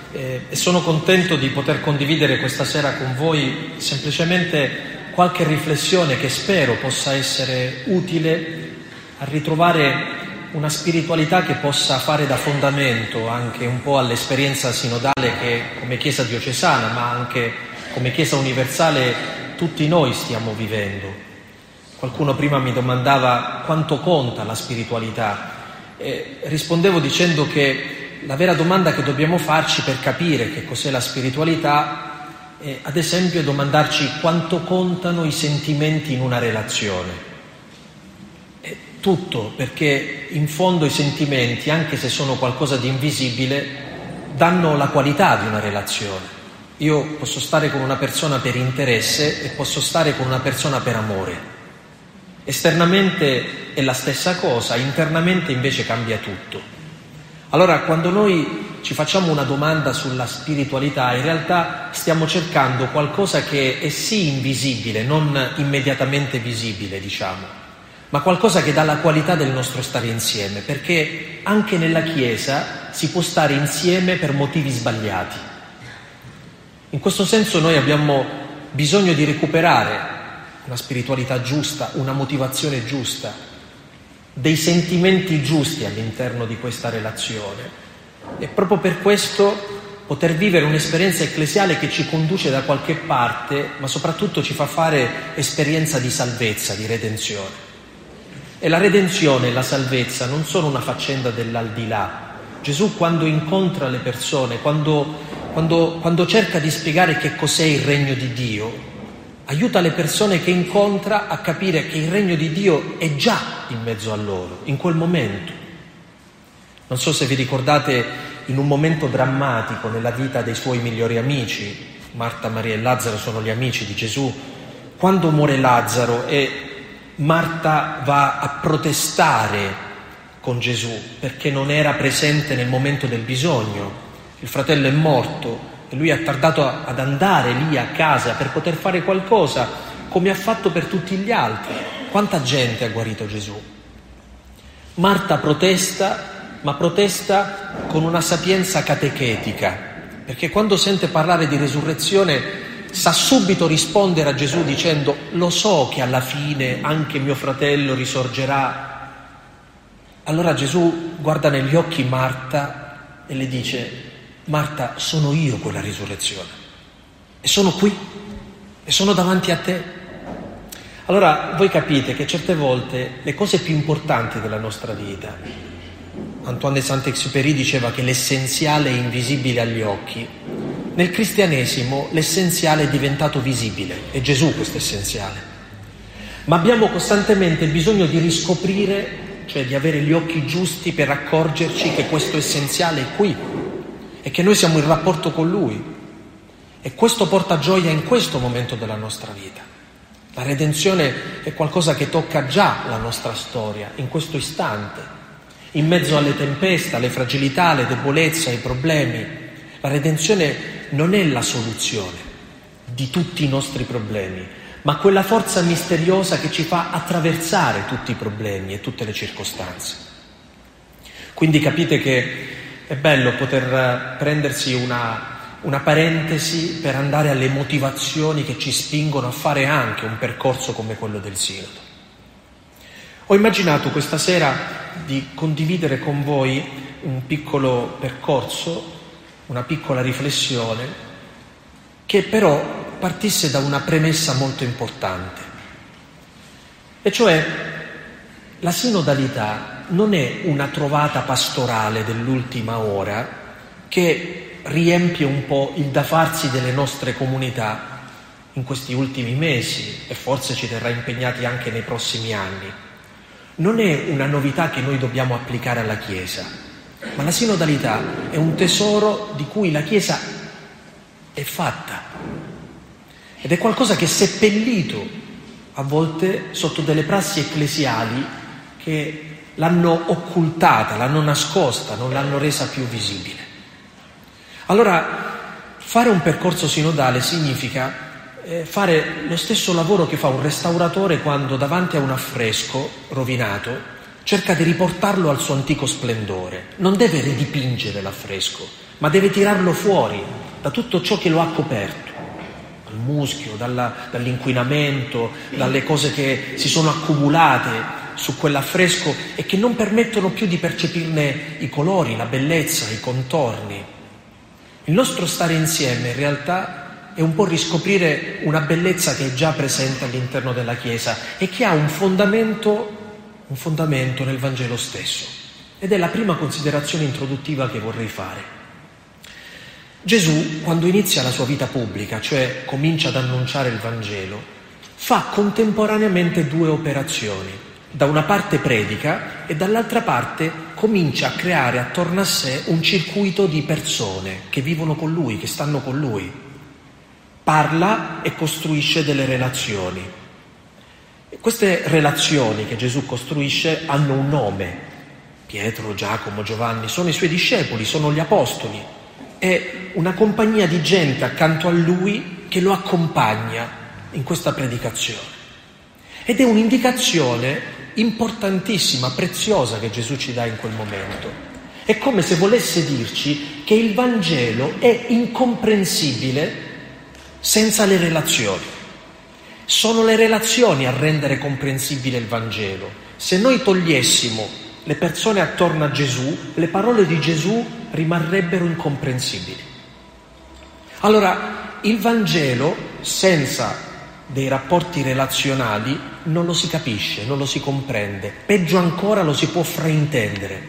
e sono contento di poter condividere questa sera con voi semplicemente qualche riflessione che spero possa essere utile a ritrovare una spiritualità che possa fare da fondamento anche un po' all'esperienza sinodale che come Chiesa diocesana, ma anche come Chiesa universale, tutti noi stiamo vivendo. Qualcuno prima mi domandava quanto conta la spiritualità e rispondevo dicendo che la vera domanda che dobbiamo farci per capire che cos'è la spiritualità è, ad esempio, domandarci quanto contano i sentimenti in una relazione. Tutto, perché in fondo i sentimenti, anche se sono qualcosa di invisibile, danno la qualità di una relazione. Io posso stare con una persona per interesse e posso stare con una persona per amore. Esternamente è la stessa cosa, internamente invece cambia tutto. Allora, quando noi ci facciamo una domanda sulla spiritualità, in realtà stiamo cercando qualcosa che è sì invisibile, non immediatamente visibile, diciamo, ma qualcosa che dà la qualità del nostro stare insieme, perché anche nella Chiesa si può stare insieme per motivi sbagliati. In questo senso noi abbiamo bisogno di recuperare una spiritualità giusta, una motivazione giusta, dei sentimenti giusti all'interno di questa relazione. E proprio per questo poter vivere un'esperienza ecclesiale che ci conduce da qualche parte, ma soprattutto ci fa fare esperienza di salvezza, di redenzione. E la redenzione e la salvezza non sono una faccenda dell'aldilà. Gesù, quando incontra le persone, quando cerca di spiegare che cos'è il regno di Dio, aiuta le persone che incontra a capire che il regno di Dio è già in mezzo a loro, in quel momento. Non so se vi ricordate, in un momento drammatico nella vita dei suoi migliori amici, Marta, Maria e Lazzaro sono gli amici di Gesù, quando muore Lazzaro e Marta va a protestare con Gesù perché non era presente nel momento del bisogno. Il fratello è morto e lui ha tardato ad andare lì a casa per poter fare qualcosa, come ha fatto per tutti gli altri. Quanta gente ha guarito Gesù? Marta protesta, ma protesta con una sapienza catechetica, perché quando sente parlare di resurrezione sa subito rispondere a Gesù dicendo: lo so che alla fine anche mio fratello risorgerà. Allora Gesù guarda negli occhi Marta e le dice: Marta, sono io quella risurrezione e sono qui e sono davanti a te. Allora voi capite che certe volte le cose più importanti della nostra vita, Antoine de Saint-Exupéry diceva che l'essenziale è invisibile agli occhi. Nel cristianesimo l'essenziale è diventato visibile, è Gesù questo essenziale. Ma abbiamo costantemente bisogno di riscoprire, cioè di avere gli occhi giusti per accorgerci che questo essenziale è qui e che noi siamo in rapporto con Lui. E questo porta gioia in questo momento della nostra vita. La redenzione è qualcosa che tocca già la nostra storia, in questo istante, in mezzo alle tempeste, alle fragilità, alle debolezze, ai problemi. La redenzione non è la soluzione di tutti i nostri problemi, ma quella forza misteriosa che ci fa attraversare tutti i problemi e tutte le circostanze. Quindi capite che è bello poter prendersi una parentesi per andare alle motivazioni che ci spingono a fare anche un percorso come quello del Sinodo. Ho immaginato questa sera di condividere con voi un piccolo percorso, una piccola riflessione, che però partisse da una premessa molto importante, e cioè la sinodalità non è una trovata pastorale dell'ultima ora che riempie un po' il da farsi delle nostre comunità in questi ultimi mesi e forse ci terrà impegnati anche nei prossimi anni. Non è una novità che noi dobbiamo applicare alla Chiesa, ma la sinodalità è un tesoro di cui la Chiesa è fatta ed è qualcosa che è seppellito a volte sotto delle prassi ecclesiali che l'hanno occultata, l'hanno nascosta, non l'hanno resa più visibile. Allora, fare un percorso sinodale significa fare lo stesso lavoro che fa un restauratore quando davanti a un affresco rovinato cerca di riportarlo al suo antico splendore. Non deve ridipingere l'affresco, ma deve tirarlo fuori da tutto ciò che lo ha coperto, dal muschio, dall'inquinamento, dalle cose che si sono accumulate su quell'affresco e che non permettono più di percepirne i colori, la bellezza, i contorni. Il nostro stare insieme in realtà è un po' riscoprire una bellezza che è già presente all'interno della Chiesa e che ha un fondamento nel Vangelo stesso. Ed è la prima considerazione introduttiva che vorrei fare. Gesù, quando inizia la sua vita pubblica, cioè comincia ad annunciare il Vangelo, fa contemporaneamente due operazioni. Da una parte predica e dall'altra parte comincia a creare attorno a sé un circuito di persone che vivono con lui, che stanno con lui. Parla e costruisce delle relazioni. E queste relazioni che Gesù costruisce hanno un nome. Pietro, Giacomo, Giovanni sono i suoi discepoli, sono gli apostoli. È una compagnia di gente accanto a lui che lo accompagna in questa predicazione. Ed è un'indicazione importantissima, preziosa che Gesù ci dà in quel momento. È come se volesse dirci che il Vangelo è incomprensibile senza le relazioni. Sono le relazioni a rendere comprensibile il Vangelo. Se noi togliessimo le persone attorno a Gesù, le parole di Gesù rimarrebbero incomprensibili. Allora, il Vangelo senza dei rapporti relazionali non lo si capisce, non lo si comprende, peggio ancora lo si può fraintendere.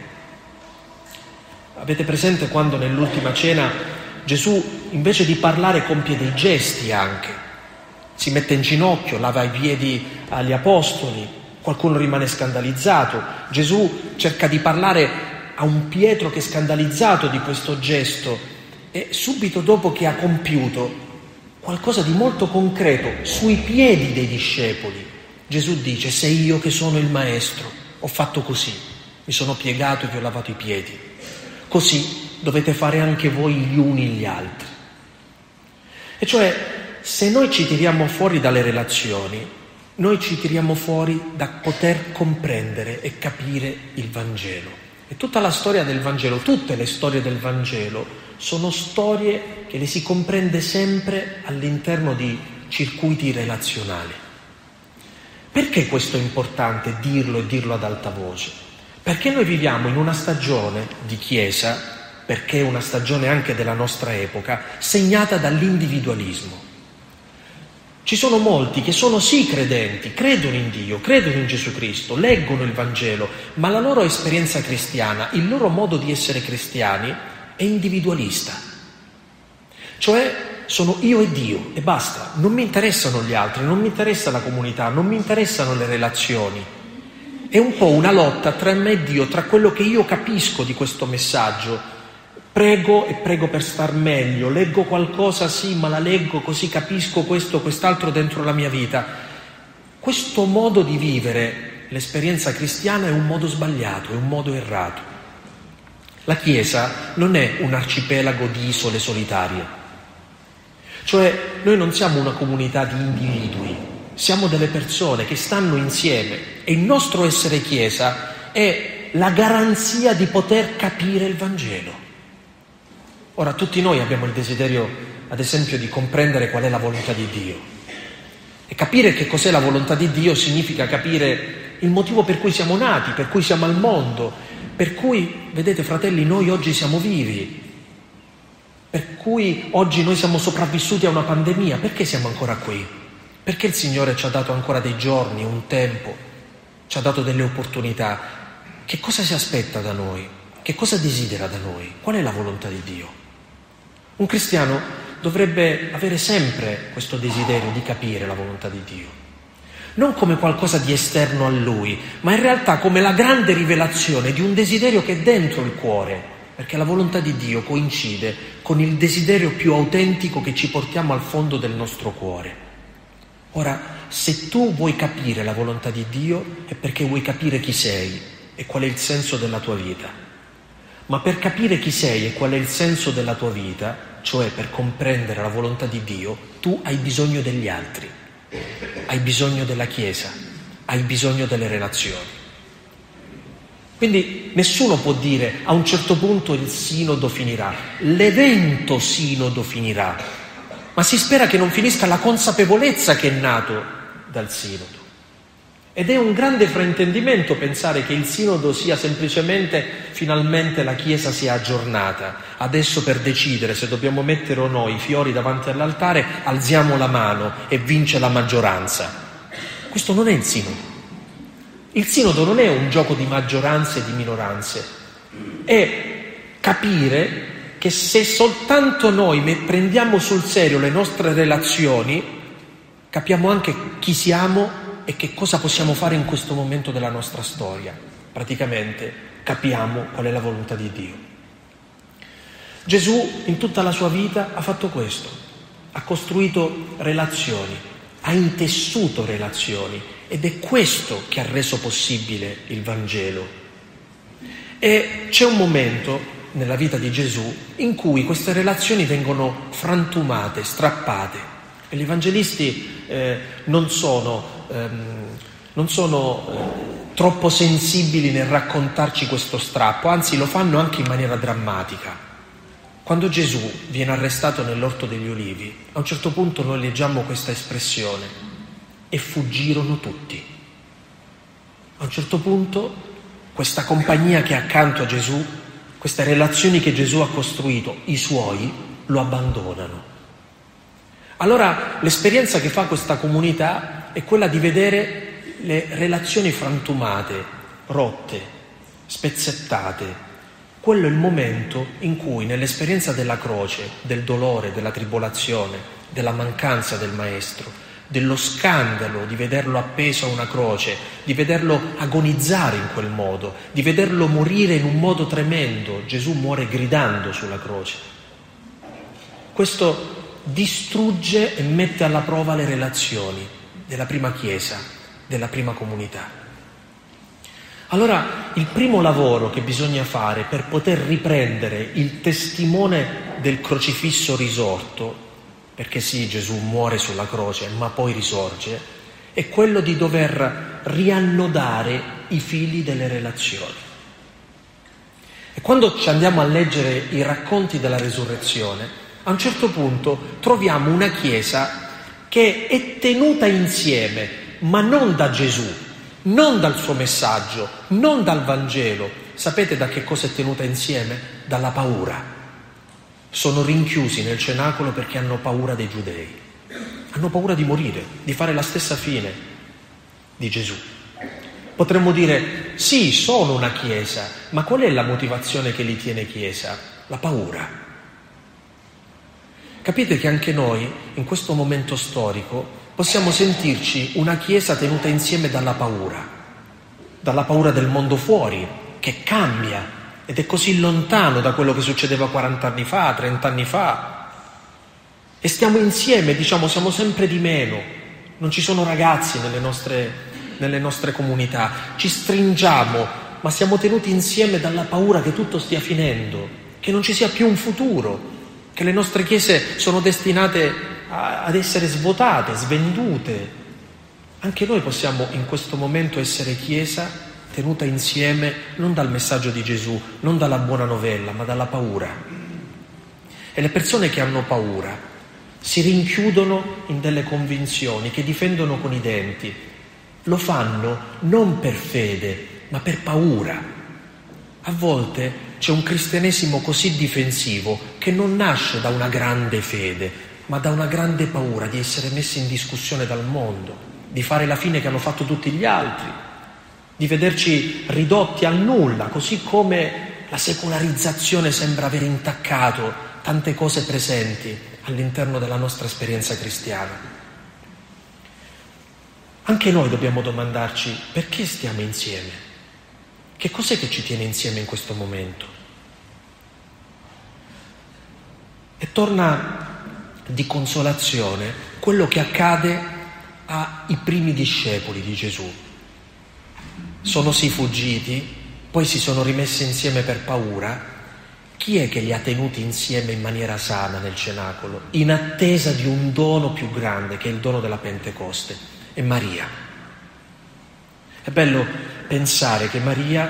Avete presente quando nell'ultima cena Gesù invece di parlare compie dei gesti anche, si mette in ginocchio, lava i piedi agli apostoli, qualcuno rimane scandalizzato, Gesù cerca di parlare a un Pietro che è scandalizzato di questo gesto e subito dopo che ha compiuto qualcosa di molto concreto sui piedi dei discepoli, Gesù dice: se io che sono il maestro ho fatto così, mi sono piegato e vi ho lavato i piedi, così dovete fare anche voi gli uni gli altri. E cioè, se noi ci tiriamo fuori dalle relazioni, noi ci tiriamo fuori da poter comprendere e capire il Vangelo. E tutta la storia del Vangelo, tutte le storie del Vangelo sono storie che le si comprende sempre all'interno di circuiti relazionali. Perché questo è importante dirlo e dirlo ad alta voce? Perché noi viviamo in una stagione di Chiesa, perché è una stagione anche della nostra epoca, segnata dall'individualismo. Ci sono molti che sono sì credenti, credono in Dio, credono in Gesù Cristo, leggono il Vangelo, ma la loro esperienza cristiana, il loro modo di essere cristiani è individualista. Cioè sono io e Dio e basta, non mi interessano gli altri, non mi interessa la comunità, non mi interessano le relazioni. È un po' una lotta tra me e Dio, tra quello che io capisco di questo messaggio. Prego e prego per star meglio, leggo qualcosa, sì, ma la leggo così capisco questo, quest'altro dentro la mia vita. Questo modo di vivere l'esperienza cristiana è un modo sbagliato, è un modo errato. La Chiesa non è un arcipelago di isole solitarie. Cioè, noi non siamo una comunità di individui, siamo delle persone che stanno insieme e il nostro essere Chiesa è la garanzia di poter capire il Vangelo. Ora, tutti noi abbiamo il desiderio, ad esempio, di comprendere qual è la volontà di Dio. E capire che cos'è la volontà di Dio significa capire il motivo per cui siamo nati, per cui siamo al mondo, per cui, vedete fratelli, noi oggi siamo vivi, per cui oggi noi siamo sopravvissuti a una pandemia. Perché siamo ancora qui? Perché il Signore ci ha dato ancora dei giorni, un tempo, ci ha dato delle opportunità. Che cosa si aspetta da noi? Che cosa desidera da noi? Qual è la volontà di Dio? Un cristiano dovrebbe avere sempre questo desiderio di capire la volontà di Dio, non come qualcosa di esterno a Lui, ma in realtà come la grande rivelazione di un desiderio che è dentro il cuore, perché la volontà di Dio coincide con il desiderio più autentico che ci portiamo al fondo del nostro cuore. Ora, se tu vuoi capire la volontà di Dio è perché vuoi capire chi sei e qual è il senso della tua vita. Ma per capire chi sei e qual è il senso della tua vita, cioè per comprendere la volontà di Dio, tu hai bisogno degli altri, hai bisogno della Chiesa, hai bisogno delle relazioni. Quindi nessuno può dire a un certo punto il sinodo finirà, l'evento sinodo finirà, ma si spera che non finisca la consapevolezza che è nato dal sinodo. Ed è un grande fraintendimento pensare che il sinodo sia semplicemente finalmente la Chiesa sia aggiornata. Adesso per decidere se dobbiamo mettere o no i fiori davanti all'altare alziamo la mano e vince la maggioranza. Questo non è il sinodo. Il sinodo non è un gioco di maggioranze e di minoranze, è capire che se soltanto noi prendiamo sul serio le nostre relazioni, capiamo anche chi siamo e che cosa possiamo fare in questo momento della nostra storia. Praticamente capiamo qual è la volontà di Dio. Gesù in tutta la sua vita ha fatto questo, ha costruito relazioni, ha intessuto relazioni ed è questo che ha reso possibile il Vangelo. E c'è un momento nella vita di Gesù in cui queste relazioni vengono frantumate, strappate e gli evangelisti non sono troppo sensibili nel raccontarci questo strappo, anzi lo fanno anche in maniera drammatica. Quando Gesù viene arrestato nell'Orto degli Ulivi, a un certo punto noi leggiamo questa espressione: e fuggirono tutti. A un certo punto questa compagnia che è accanto a Gesù, queste relazioni che Gesù ha costruito, i suoi, lo abbandonano. Allora l'esperienza che fa questa comunità è quella di vedere le relazioni frantumate, rotte, spezzettate. Quello è il momento in cui nell'esperienza della croce, del dolore, della tribolazione, della mancanza del Maestro, dello scandalo di vederlo appeso a una croce, di vederlo agonizzare in quel modo, di vederlo morire in un modo tremendo. Gesù muore gridando sulla croce. Questo distrugge e mette alla prova le relazioni della prima Chiesa, della prima comunità. Allora, il primo lavoro che bisogna fare per poter riprendere il testimone del crocifisso risorto, perché sì, Gesù muore sulla croce, ma poi risorge, è quello di dover riannodare i fili delle relazioni. E quando ci andiamo a leggere i racconti della resurrezione, a un certo punto troviamo una Chiesa che è tenuta insieme, ma non da Gesù, non dal suo messaggio, non dal Vangelo. Sapete da che cosa è tenuta insieme? Dalla paura. Sono rinchiusi nel cenacolo perché hanno paura dei giudei. Hanno paura di morire, di fare la stessa fine di Gesù. Potremmo dire, sì, sono una Chiesa, ma qual è la motivazione che li tiene Chiesa? La paura. Capite che anche noi, in questo momento storico, possiamo sentirci una Chiesa tenuta insieme dalla paura del mondo fuori, che cambia ed è così lontano da quello che succedeva 40 anni fa, 30 anni fa. E stiamo insieme, diciamo, siamo sempre di meno, non ci sono ragazzi nelle nostre comunità, ci stringiamo, ma siamo tenuti insieme dalla paura che tutto stia finendo, che non ci sia più un futuro, che le nostre chiese sono destinate ad essere svuotate, svendute. Anche noi possiamo in questo momento essere Chiesa tenuta insieme non dal messaggio di Gesù, non dalla buona novella, ma dalla paura. E le persone che hanno paura si rinchiudono in delle convinzioni che difendono con i denti. Lo fanno non per fede, ma per paura. A volte c'è un cristianesimo così difensivo che non nasce da una grande fede, ma da una grande paura di essere messi in discussione dal mondo, di fare la fine che hanno fatto tutti gli altri, di vederci ridotti al nulla, così come la secolarizzazione sembra aver intaccato tante cose presenti all'interno della nostra esperienza cristiana. Anche noi dobbiamo domandarci perché stiamo insieme. Che cos'è che ci tiene insieme in questo momento? E torna di consolazione quello che accade ai primi discepoli di Gesù. Sono sì fuggiti, poi si sono rimessi insieme per paura. Chi è che li ha tenuti insieme in maniera sana nel cenacolo, in attesa di un dono più grande, che è il dono della Pentecoste? È Maria. È bello pensare che Maria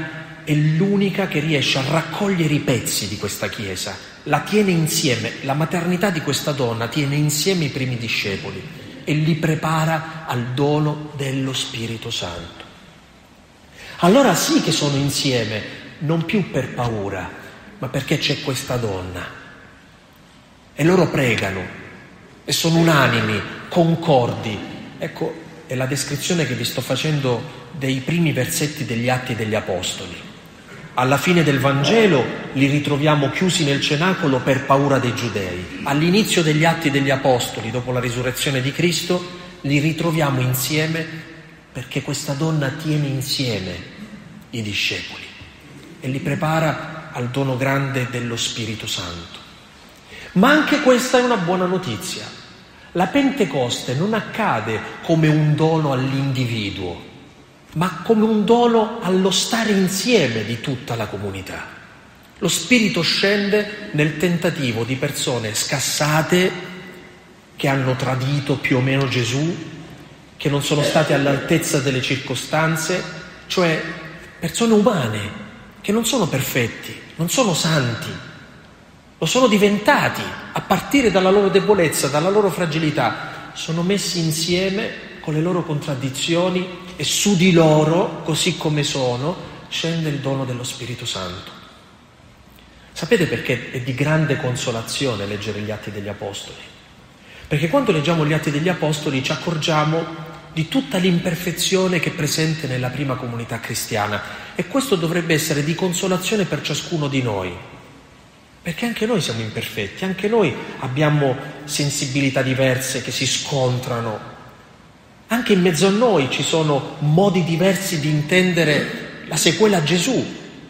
è l'unica che riesce a raccogliere i pezzi di questa Chiesa, la tiene insieme, la maternità di questa donna tiene insieme i primi discepoli e li prepara al dono dello Spirito Santo. Allora sì che sono insieme, non più per paura, ma perché c'è questa donna. E loro pregano e sono unanimi, concordi. Ecco, è la descrizione che vi sto facendo dei primi versetti degli Atti degli Apostoli. Alla fine del Vangelo li ritroviamo chiusi nel cenacolo per paura dei giudei. All'inizio degli Atti degli Apostoli, dopo la risurrezione di Cristo, li ritroviamo insieme perché questa donna tiene insieme i discepoli e li prepara al dono grande dello Spirito Santo. Ma anche questa è una buona notizia. La Pentecoste non accade come un dono all'individuo, ma come un dono allo stare insieme di tutta la comunità. Lo Spirito scende nel tentativo di persone scassate, che hanno tradito più o meno Gesù, che non sono state all'altezza delle circostanze, cioè persone umane, che non sono perfetti, non sono santi, lo sono diventati a partire dalla loro debolezza, dalla loro fragilità, sono messi insieme con le loro contraddizioni e su di loro, così come sono, scende il dono dello Spirito Santo. Sapete perché è di grande consolazione leggere gli Atti degli Apostoli? Perché quando leggiamo gli Atti degli Apostoli ci accorgiamo di tutta l'imperfezione che è presente nella prima comunità cristiana e questo dovrebbe essere di consolazione per ciascuno di noi, perché anche noi siamo imperfetti, anche noi abbiamo sensibilità diverse che si scontrano. Anche in mezzo a noi ci sono modi diversi di intendere la sequela a Gesù,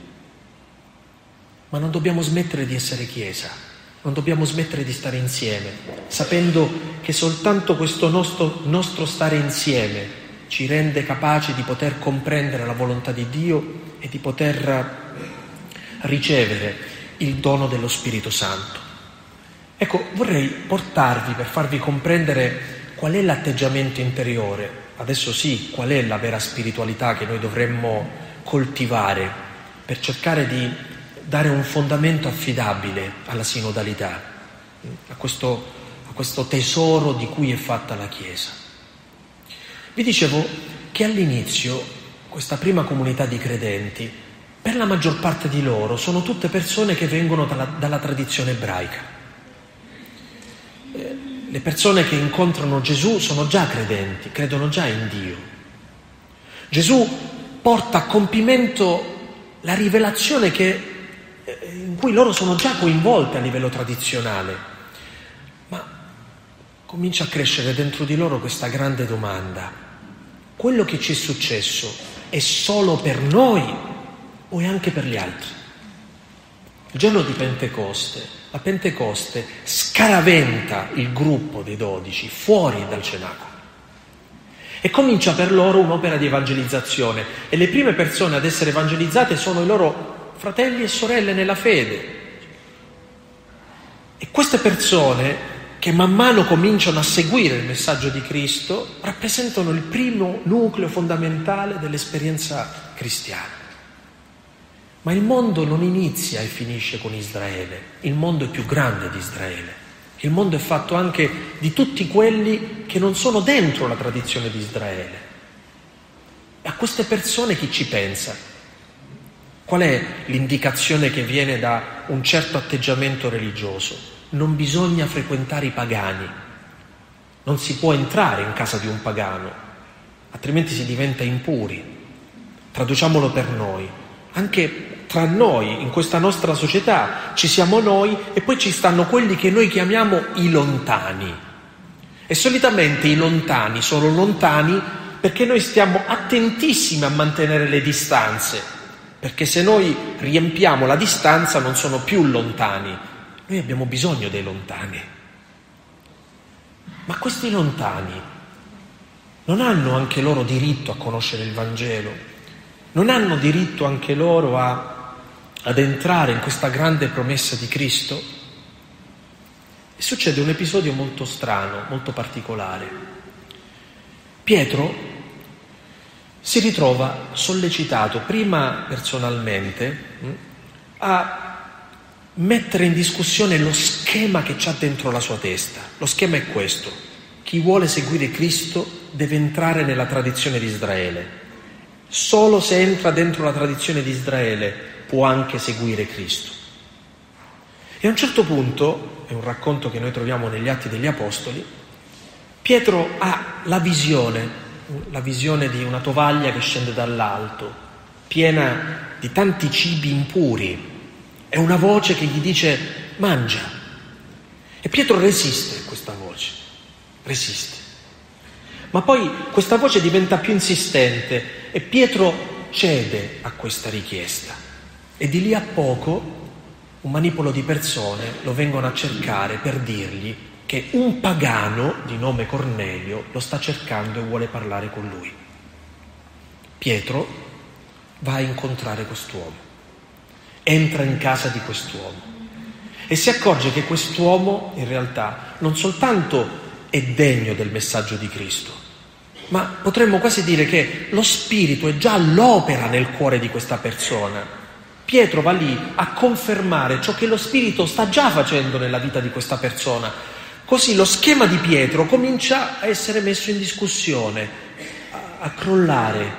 ma non dobbiamo smettere di essere Chiesa, non dobbiamo smettere di stare insieme, sapendo che soltanto questo nostro stare insieme ci rende capaci di poter comprendere la volontà di Dio e di poter ricevere il dono dello Spirito Santo. Ecco, vorrei portarvi, per farvi comprendere qual è l'atteggiamento interiore, adesso sì, qual è la vera spiritualità che noi dovremmo coltivare per cercare di dare un fondamento affidabile alla sinodalità, a questo tesoro di cui è fatta la Chiesa. Vi dicevo che all'inizio questa prima comunità di credenti, per la maggior parte di loro, sono tutte persone che vengono dalla tradizione ebraica. Le persone che incontrano Gesù sono già credenti, credono già in Dio. Gesù porta a compimento la rivelazione in cui loro sono già coinvolti a livello tradizionale, ma comincia a crescere dentro di loro questa grande domanda: quello che ci è successo è solo per noi o è anche per gli altri? Il giorno di Pentecoste, la Pentecoste scaraventa il gruppo dei 12 fuori dal cenacolo e comincia per loro un'opera di evangelizzazione e le prime persone ad essere evangelizzate sono i loro fratelli e sorelle nella fede. E queste persone che man mano cominciano a seguire il messaggio di Cristo rappresentano il primo nucleo fondamentale dell'esperienza cristiana. Ma il mondo non inizia e finisce con Israele, il mondo è più grande di Israele, il mondo è fatto anche di tutti quelli che non sono dentro la tradizione di Israele. E a queste persone chi ci pensa? Qual è l'indicazione che viene da un certo atteggiamento religioso? Non bisogna frequentare i pagani, non si può entrare in casa di un pagano, altrimenti si diventa impuri. Traduciamolo per noi. Anche tra noi, in questa nostra società, ci siamo noi e poi ci stanno quelli che noi chiamiamo i lontani. E solitamente i lontani sono lontani perché noi stiamo attentissimi a mantenere le distanze, perché se noi riempiamo la distanza non sono più lontani. Noi abbiamo bisogno dei lontani. Ma questi lontani non hanno anche loro diritto a conoscere il Vangelo? Non hanno diritto anche loro ad entrare in questa grande promessa di Cristo? E succede un episodio molto strano, molto particolare. Pietro si ritrova sollecitato, prima personalmente, a mettere in discussione lo schema che c'ha dentro la sua testa. Lo schema è questo: chi vuole seguire Cristo deve entrare nella tradizione di Israele. Solo se entra dentro la tradizione di Israele può anche seguire Cristo. E a un certo punto, è un racconto che noi troviamo negli Atti degli Apostoli, Pietro ha la visione di una tovaglia che scende dall'alto, piena di tanti cibi impuri. È una voce che gli dice: mangia. E Pietro resiste a questa voce, resiste. Ma poi questa voce diventa più insistente e Pietro cede a questa richiesta. E di lì a poco un manipolo di persone lo vengono a cercare per dirgli che un pagano di nome Cornelio lo sta cercando e vuole parlare con lui. Pietro va a incontrare quest'uomo, entra in casa di quest'uomo e si accorge che quest'uomo in realtà non soltanto è degno del messaggio di Cristo, ma potremmo quasi dire che lo Spirito è già all'opera nel cuore di questa persona. Pietro va lì a confermare ciò che lo Spirito sta già facendo nella vita di questa persona. Così lo schema di Pietro comincia a essere messo in discussione, a crollare.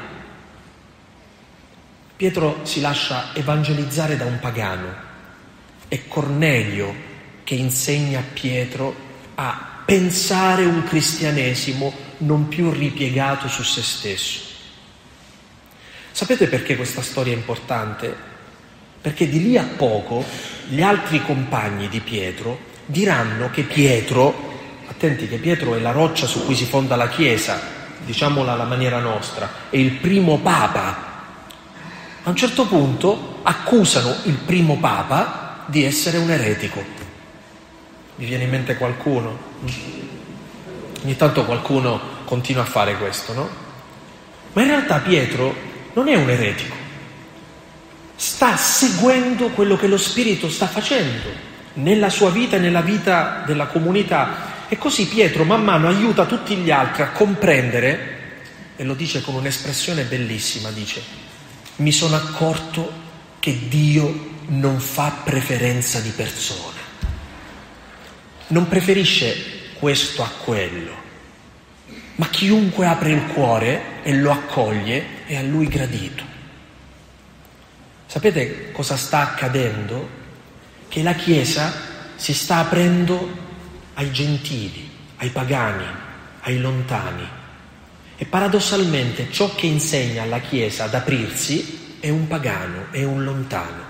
Pietro si lascia evangelizzare da un pagano. È Cornelio che insegna a Pietro a pensare un cristianesimo non più ripiegato su se stesso. Sapete perché questa storia è importante? Perché di lì a poco gli altri compagni di Pietro diranno che Pietro, attenti che Pietro è la roccia su cui si fonda la Chiesa, diciamola alla maniera nostra, è il primo Papa. A un certo punto accusano il primo Papa di essere un eretico. Vi viene in mente qualcuno? Ogni tanto qualcuno continua a fare questo, no? Ma in realtà Pietro non è un eretico. Sta seguendo quello che lo Spirito sta facendo nella sua vita e nella vita della comunità. E così Pietro man mano aiuta tutti gli altri a comprendere, e lo dice con un'espressione bellissima, dice: mi sono accorto che Dio non fa preferenza di persone, non preferisce questo a quello, ma chiunque apre il cuore e lo accoglie è a lui gradito. Sapete cosa sta accadendo? Che la Chiesa si sta aprendo ai gentili, ai pagani, ai lontani. E paradossalmente ciò che insegna alla Chiesa ad aprirsi è un pagano, è un lontano.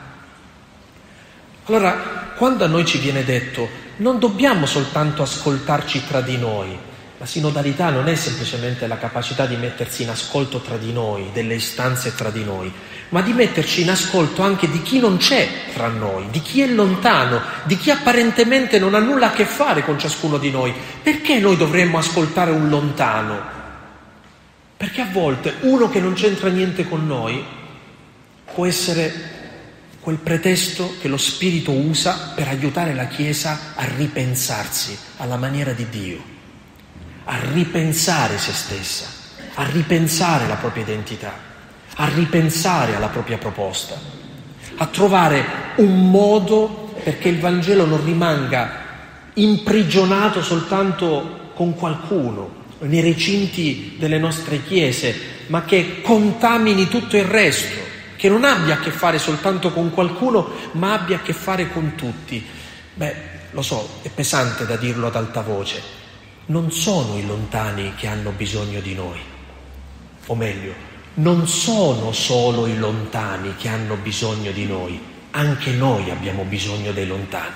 Allora, quando a noi ci viene detto non dobbiamo soltanto ascoltarci tra di noi, la sinodalità non è semplicemente la capacità di mettersi in ascolto tra di noi, delle istanze tra di noi, ma di metterci in ascolto anche di chi non c'è tra noi, di chi è lontano, di chi apparentemente non ha nulla a che fare con ciascuno di noi. Perché noi dovremmo ascoltare un lontano? Perché a volte uno che non c'entra niente con noi può essere quel pretesto che lo Spirito usa per aiutare la Chiesa a ripensarsi alla maniera di Dio, a ripensare se stessa, a ripensare la propria identità, a ripensare alla propria proposta, a trovare un modo perché il Vangelo non rimanga imprigionato soltanto con qualcuno, nei recinti delle nostre chiese, ma che contamini tutto il resto, che non abbia a che fare soltanto con qualcuno, ma abbia a che fare con tutti. Lo so, è pesante da dirlo ad alta voce. Non sono i lontani che hanno bisogno di noi, o meglio, non sono solo i lontani che hanno bisogno di noi, anche noi abbiamo bisogno dei lontani.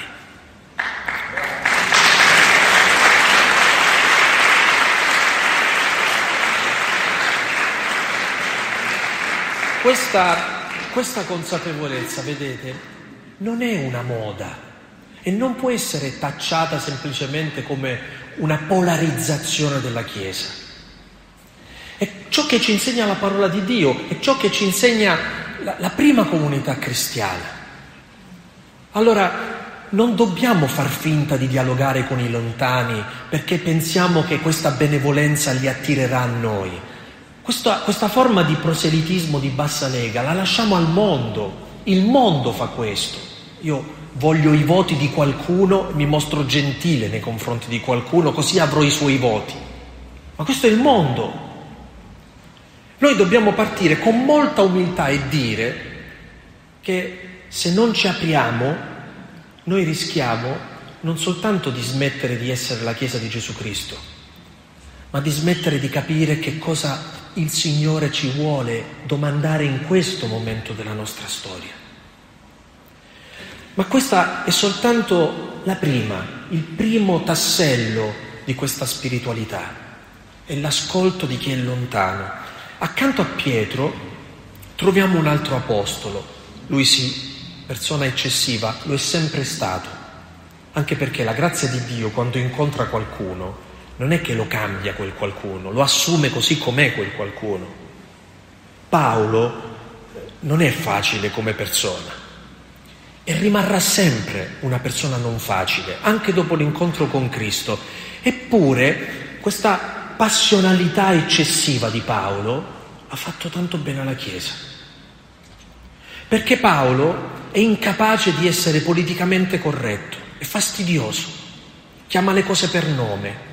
Questa consapevolezza, vedete, non è una moda e non può essere tacciata semplicemente come una polarizzazione della Chiesa. È ciò che ci insegna la parola di Dio, è ciò che ci insegna la prima comunità cristiana. Allora non dobbiamo far finta di dialogare con i lontani perché pensiamo che questa benevolenza li attirerà a noi. Questa forma di proselitismo di bassa lega la lasciamo al mondo. Il mondo fa questo. Io voglio i voti di qualcuno, mi mostro gentile nei confronti di qualcuno, così avrò i suoi voti. Ma questo è il mondo. Noi dobbiamo partire con molta umiltà e dire che se non ci apriamo, noi rischiamo non soltanto di smettere di essere la Chiesa di Gesù Cristo, ma di smettere di capire che cosa il Signore ci vuole domandare in questo momento della nostra storia. Ma questa è soltanto il primo tassello di questa spiritualità, è l'ascolto di chi è lontano. Accanto a Pietro troviamo un altro apostolo, lui sì, persona eccessiva, lo è sempre stato, anche perché la grazia di Dio quando incontra qualcuno non è che lo cambia quel qualcuno, lo assume così com'è quel qualcuno. Paolo non è facile come persona e rimarrà sempre una persona non facile, anche dopo l'incontro con Cristo. Eppure questa passionalità eccessiva di Paolo ha fatto tanto bene alla Chiesa. Perché Paolo è incapace di essere politicamente corretto, è fastidioso, chiama le cose per nome,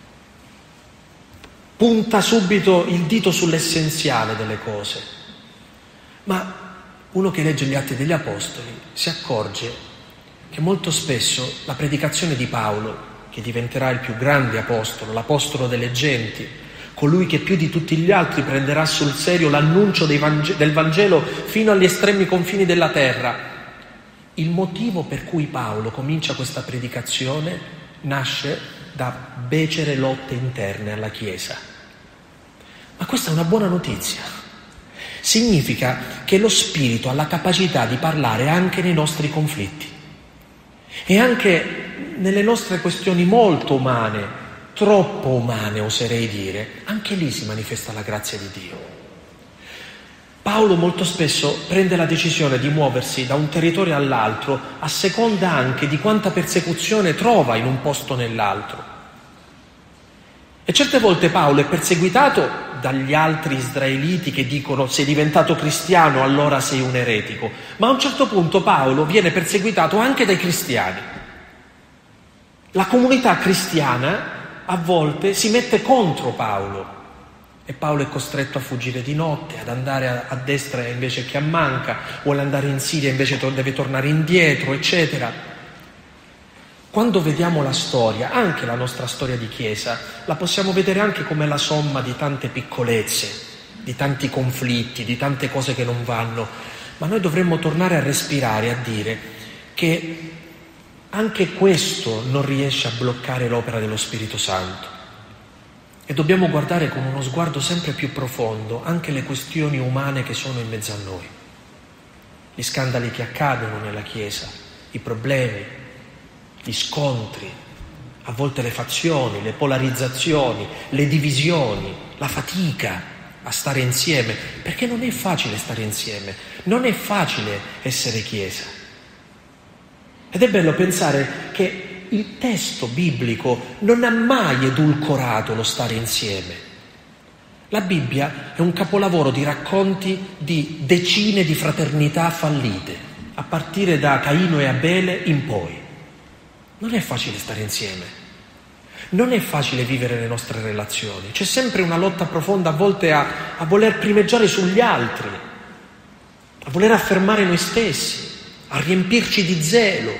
punta subito il dito sull'essenziale delle cose. Ma uno che legge gli Atti degli Apostoli si accorge che molto spesso la predicazione di Paolo, che diventerà il più grande apostolo, l'apostolo delle genti, colui che più di tutti gli altri prenderà sul serio l'annuncio del Vangelo fino agli estremi confini della terra, il motivo per cui Paolo comincia questa predicazione nasce da becere lotte interne alla Chiesa. Ma questa è una buona notizia. Significa che lo Spirito ha la capacità di parlare anche nei nostri conflitti e anche nelle nostre questioni molto umane, troppo umane oserei dire, anche lì si manifesta la grazia di Dio. Paolo molto spesso prende la decisione di muoversi da un territorio all'altro a seconda anche di quanta persecuzione trova in un posto o nell'altro. E certe volte Paolo è perseguitato dagli altri israeliti che dicono sei diventato cristiano, allora sei un eretico. Ma a un certo punto Paolo viene perseguitato anche dai cristiani. La comunità cristiana a volte si mette contro Paolo e Paolo è costretto a fuggire di notte, ad andare a destra invece che a manca, vuole andare in Siria invece deve tornare indietro, eccetera. Quando vediamo la storia, anche la nostra storia di Chiesa, la possiamo vedere anche come la somma di tante piccolezze, di tanti conflitti, di tante cose che non vanno, ma noi dovremmo tornare a respirare, a dire che anche questo non riesce a bloccare l'opera dello Spirito Santo e dobbiamo guardare con uno sguardo sempre più profondo anche le questioni umane che sono in mezzo a noi, gli scandali che accadono nella Chiesa, i problemi, gli scontri, a volte le fazioni, le polarizzazioni, le divisioni, la fatica a stare insieme, perché non è facile stare insieme, non è facile essere Chiesa. Ed è bello pensare che il testo biblico non ha mai edulcorato lo stare insieme. La Bibbia è un capolavoro di racconti di decine di fraternità fallite, a partire da Caino e Abele in poi. Non è facile stare insieme, non è facile vivere le nostre relazioni, c'è sempre una lotta profonda a volte a voler primeggiare sugli altri, a voler affermare noi stessi, a riempirci di zelo.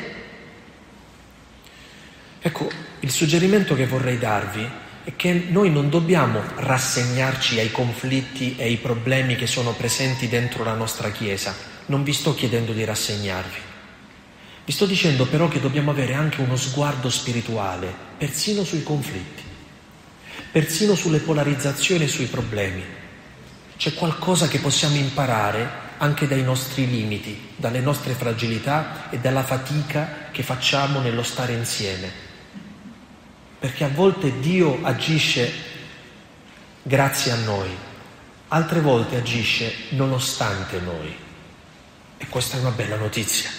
Ecco, il suggerimento che vorrei darvi è che noi non dobbiamo rassegnarci ai conflitti e ai problemi che sono presenti dentro la nostra Chiesa. Non vi sto chiedendo di rassegnarvi. Vi sto dicendo però che dobbiamo avere anche uno sguardo spirituale, persino sui conflitti, persino sulle polarizzazioni e sui problemi. C'è qualcosa che possiamo imparare anche dai nostri limiti, dalle nostre fragilità e dalla fatica che facciamo nello stare insieme. Perché a volte Dio agisce grazie a noi, altre volte agisce nonostante noi. E questa è una bella notizia.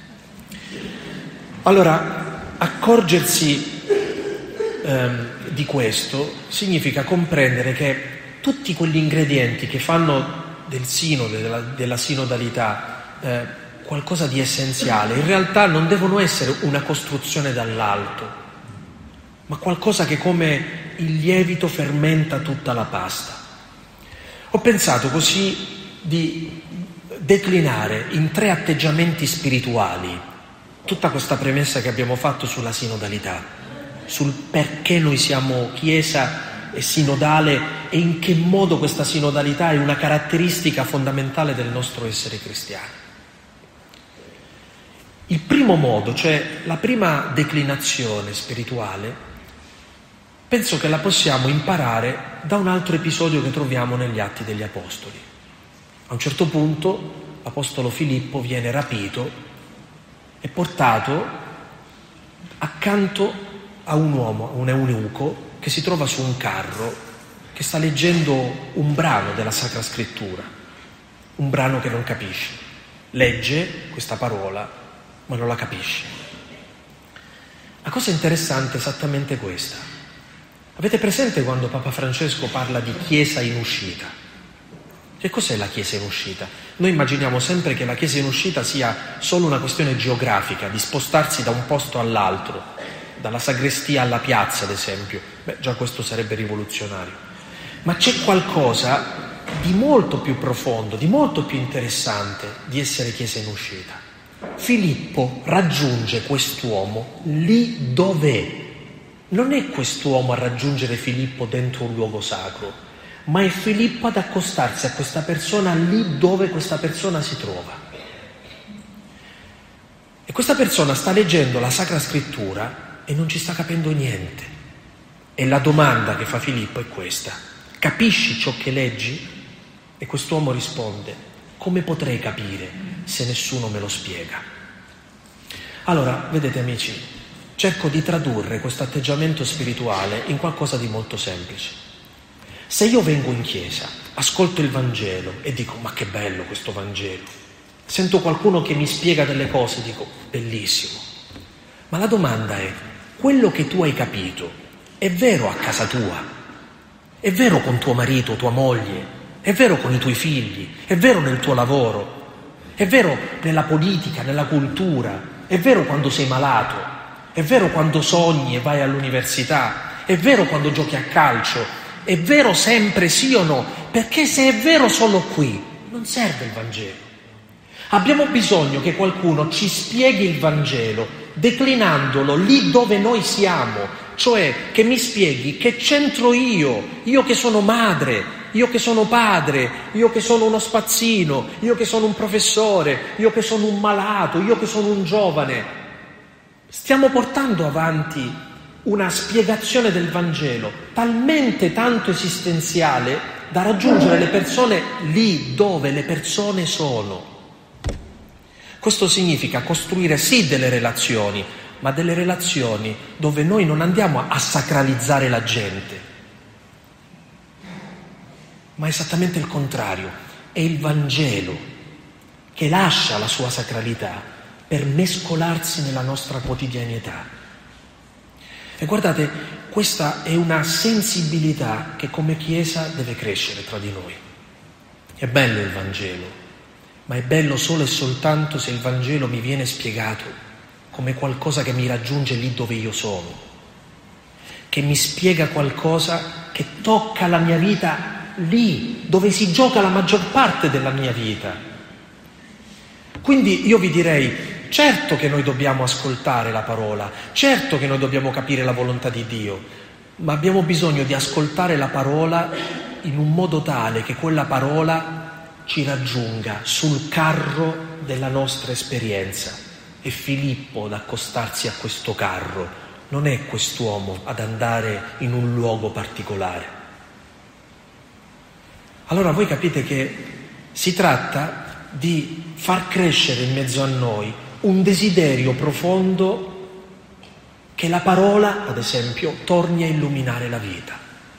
Allora, accorgersi di questo significa comprendere che tutti quegli ingredienti che fanno del sinode, della sinodalità, qualcosa di essenziale, in realtà non devono essere una costruzione dall'alto, ma qualcosa che come il lievito fermenta tutta la pasta. Ho pensato così di declinare in 3 atteggiamenti spirituali tutta questa premessa che abbiamo fatto sulla sinodalità, sul perché noi siamo Chiesa e sinodale e in che modo questa sinodalità è una caratteristica fondamentale del nostro essere cristiani. Il primo modo, cioè la prima declinazione spirituale, penso che la possiamo imparare da un altro episodio che troviamo negli Atti degli Apostoli. A un certo punto l'Apostolo Filippo viene rapito e portato accanto a un uomo, un eunuco, che si trova su un carro, che sta leggendo un brano della Sacra Scrittura, un brano che non capisce. Legge questa parola, ma non la capisce. La cosa interessante è esattamente questa. Avete presente quando Papa Francesco parla di Chiesa in uscita? Che cos'è la Chiesa in uscita? Noi immaginiamo sempre che la Chiesa in uscita sia solo una questione geografica, di spostarsi da un posto all'altro, dalla sagrestia alla piazza, ad esempio. Già questo sarebbe rivoluzionario. Ma c'è qualcosa di molto più profondo, di molto più interessante di essere Chiesa in uscita. Filippo raggiunge quest'uomo lì dov'è. Non è quest'uomo a raggiungere Filippo dentro un luogo sacro, ma è Filippo ad accostarsi a questa persona lì dove questa persona si trova. E questa persona sta leggendo la Sacra Scrittura e non ci sta capendo niente. E la domanda che fa Filippo è questa: capisci ciò che leggi? E quest'uomo risponde: come potrei capire se nessuno me lo spiega? Allora, vedete amici, cerco di tradurre questo atteggiamento spirituale in qualcosa di molto semplice. Se io vengo in chiesa, ascolto il Vangelo e dico: ma che bello questo Vangelo, sento qualcuno che mi spiega delle cose, dico: bellissimo. Ma la domanda è: quello che tu hai capito è vero a casa tua? È vero con tuo marito, tua moglie? È vero con i tuoi figli? È vero nel tuo lavoro? È vero nella politica, nella cultura? È vero quando sei malato? È vero quando sogni e vai all'università? È vero quando giochi a calcio? È vero sempre, sì o no? Perché se è vero solo qui, non serve il Vangelo. Abbiamo bisogno che qualcuno ci spieghi il Vangelo declinandolo lì dove noi siamo, cioè che mi spieghi che c'entro io che sono madre, io che sono padre, io che sono uno spazzino, io che sono un professore, io che sono un malato, io che sono un giovane. Stiamo portando avanti una spiegazione del Vangelo talmente tanto esistenziale da raggiungere le persone lì dove le persone sono. Questo significa costruire sì delle relazioni, ma delle relazioni dove noi non andiamo a sacralizzare la gente, ma esattamente il contrario. È il Vangelo che lascia la sua sacralità per mescolarsi nella nostra quotidianità. E guardate, questa è una sensibilità che come Chiesa deve crescere tra di noi. È bello il Vangelo, ma è bello solo e soltanto se il Vangelo mi viene spiegato come qualcosa che mi raggiunge lì dove io sono, che mi spiega qualcosa che tocca la mia vita lì dove si gioca la maggior parte della mia vita. Quindi io vi direi: certo che noi dobbiamo ascoltare la parola, certo che noi dobbiamo capire la volontà di Dio, ma abbiamo bisogno di ascoltare la parola in un modo tale che quella parola ci raggiunga sul carro della nostra esperienza. E Filippo ad accostarsi a questo carro non è quest'uomo ad andare in un luogo particolare. Allora voi capite che si tratta di far crescere in mezzo a noi un desiderio profondo che la parola, ad esempio, torni a illuminare la vita.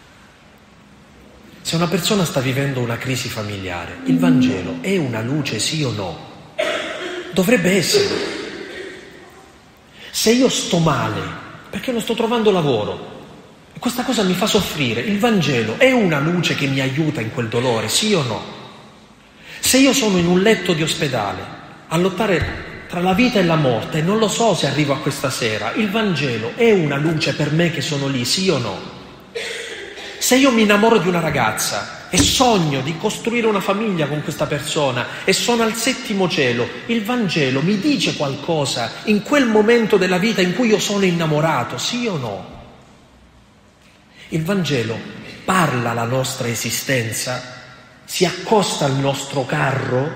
Se una persona sta vivendo una crisi familiare, il Vangelo è una luce, sì o no? Dovrebbe essere. Se io sto male perché non sto trovando lavoro, Questa cosa mi fa soffrire. Il Vangelo è una luce che mi aiuta in quel dolore, sì o no? Se io sono in un letto di ospedale a lottare tra la vita e la morte e non lo so se arrivo a questa sera, il Vangelo è una luce per me che sono lì, sì o no? Se io mi innamoro di una ragazza e sogno di costruire una famiglia con questa persona e sono al 7° cielo, il Vangelo mi dice qualcosa in quel momento della vita in cui io sono innamorato, sì o no? Il Vangelo parla alla nostra esistenza, si accosta al nostro carro,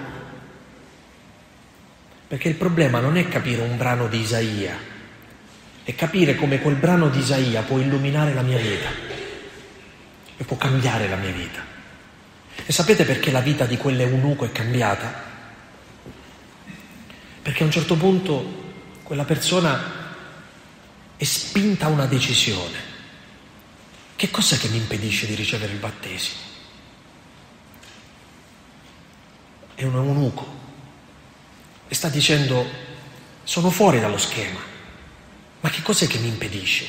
perché il problema non è capire un brano di Isaia, è capire come quel brano di Isaia può illuminare la mia vita e può cambiare la mia vita. E sapete perché la vita di quell'eunuco è cambiata? Perché a un certo punto quella persona è spinta a una decisione. Che cos'è che mi impedisce di ricevere il battesimo? È un eunuco e sta dicendo: sono fuori dallo schema, ma che cos'è che mi impedisce?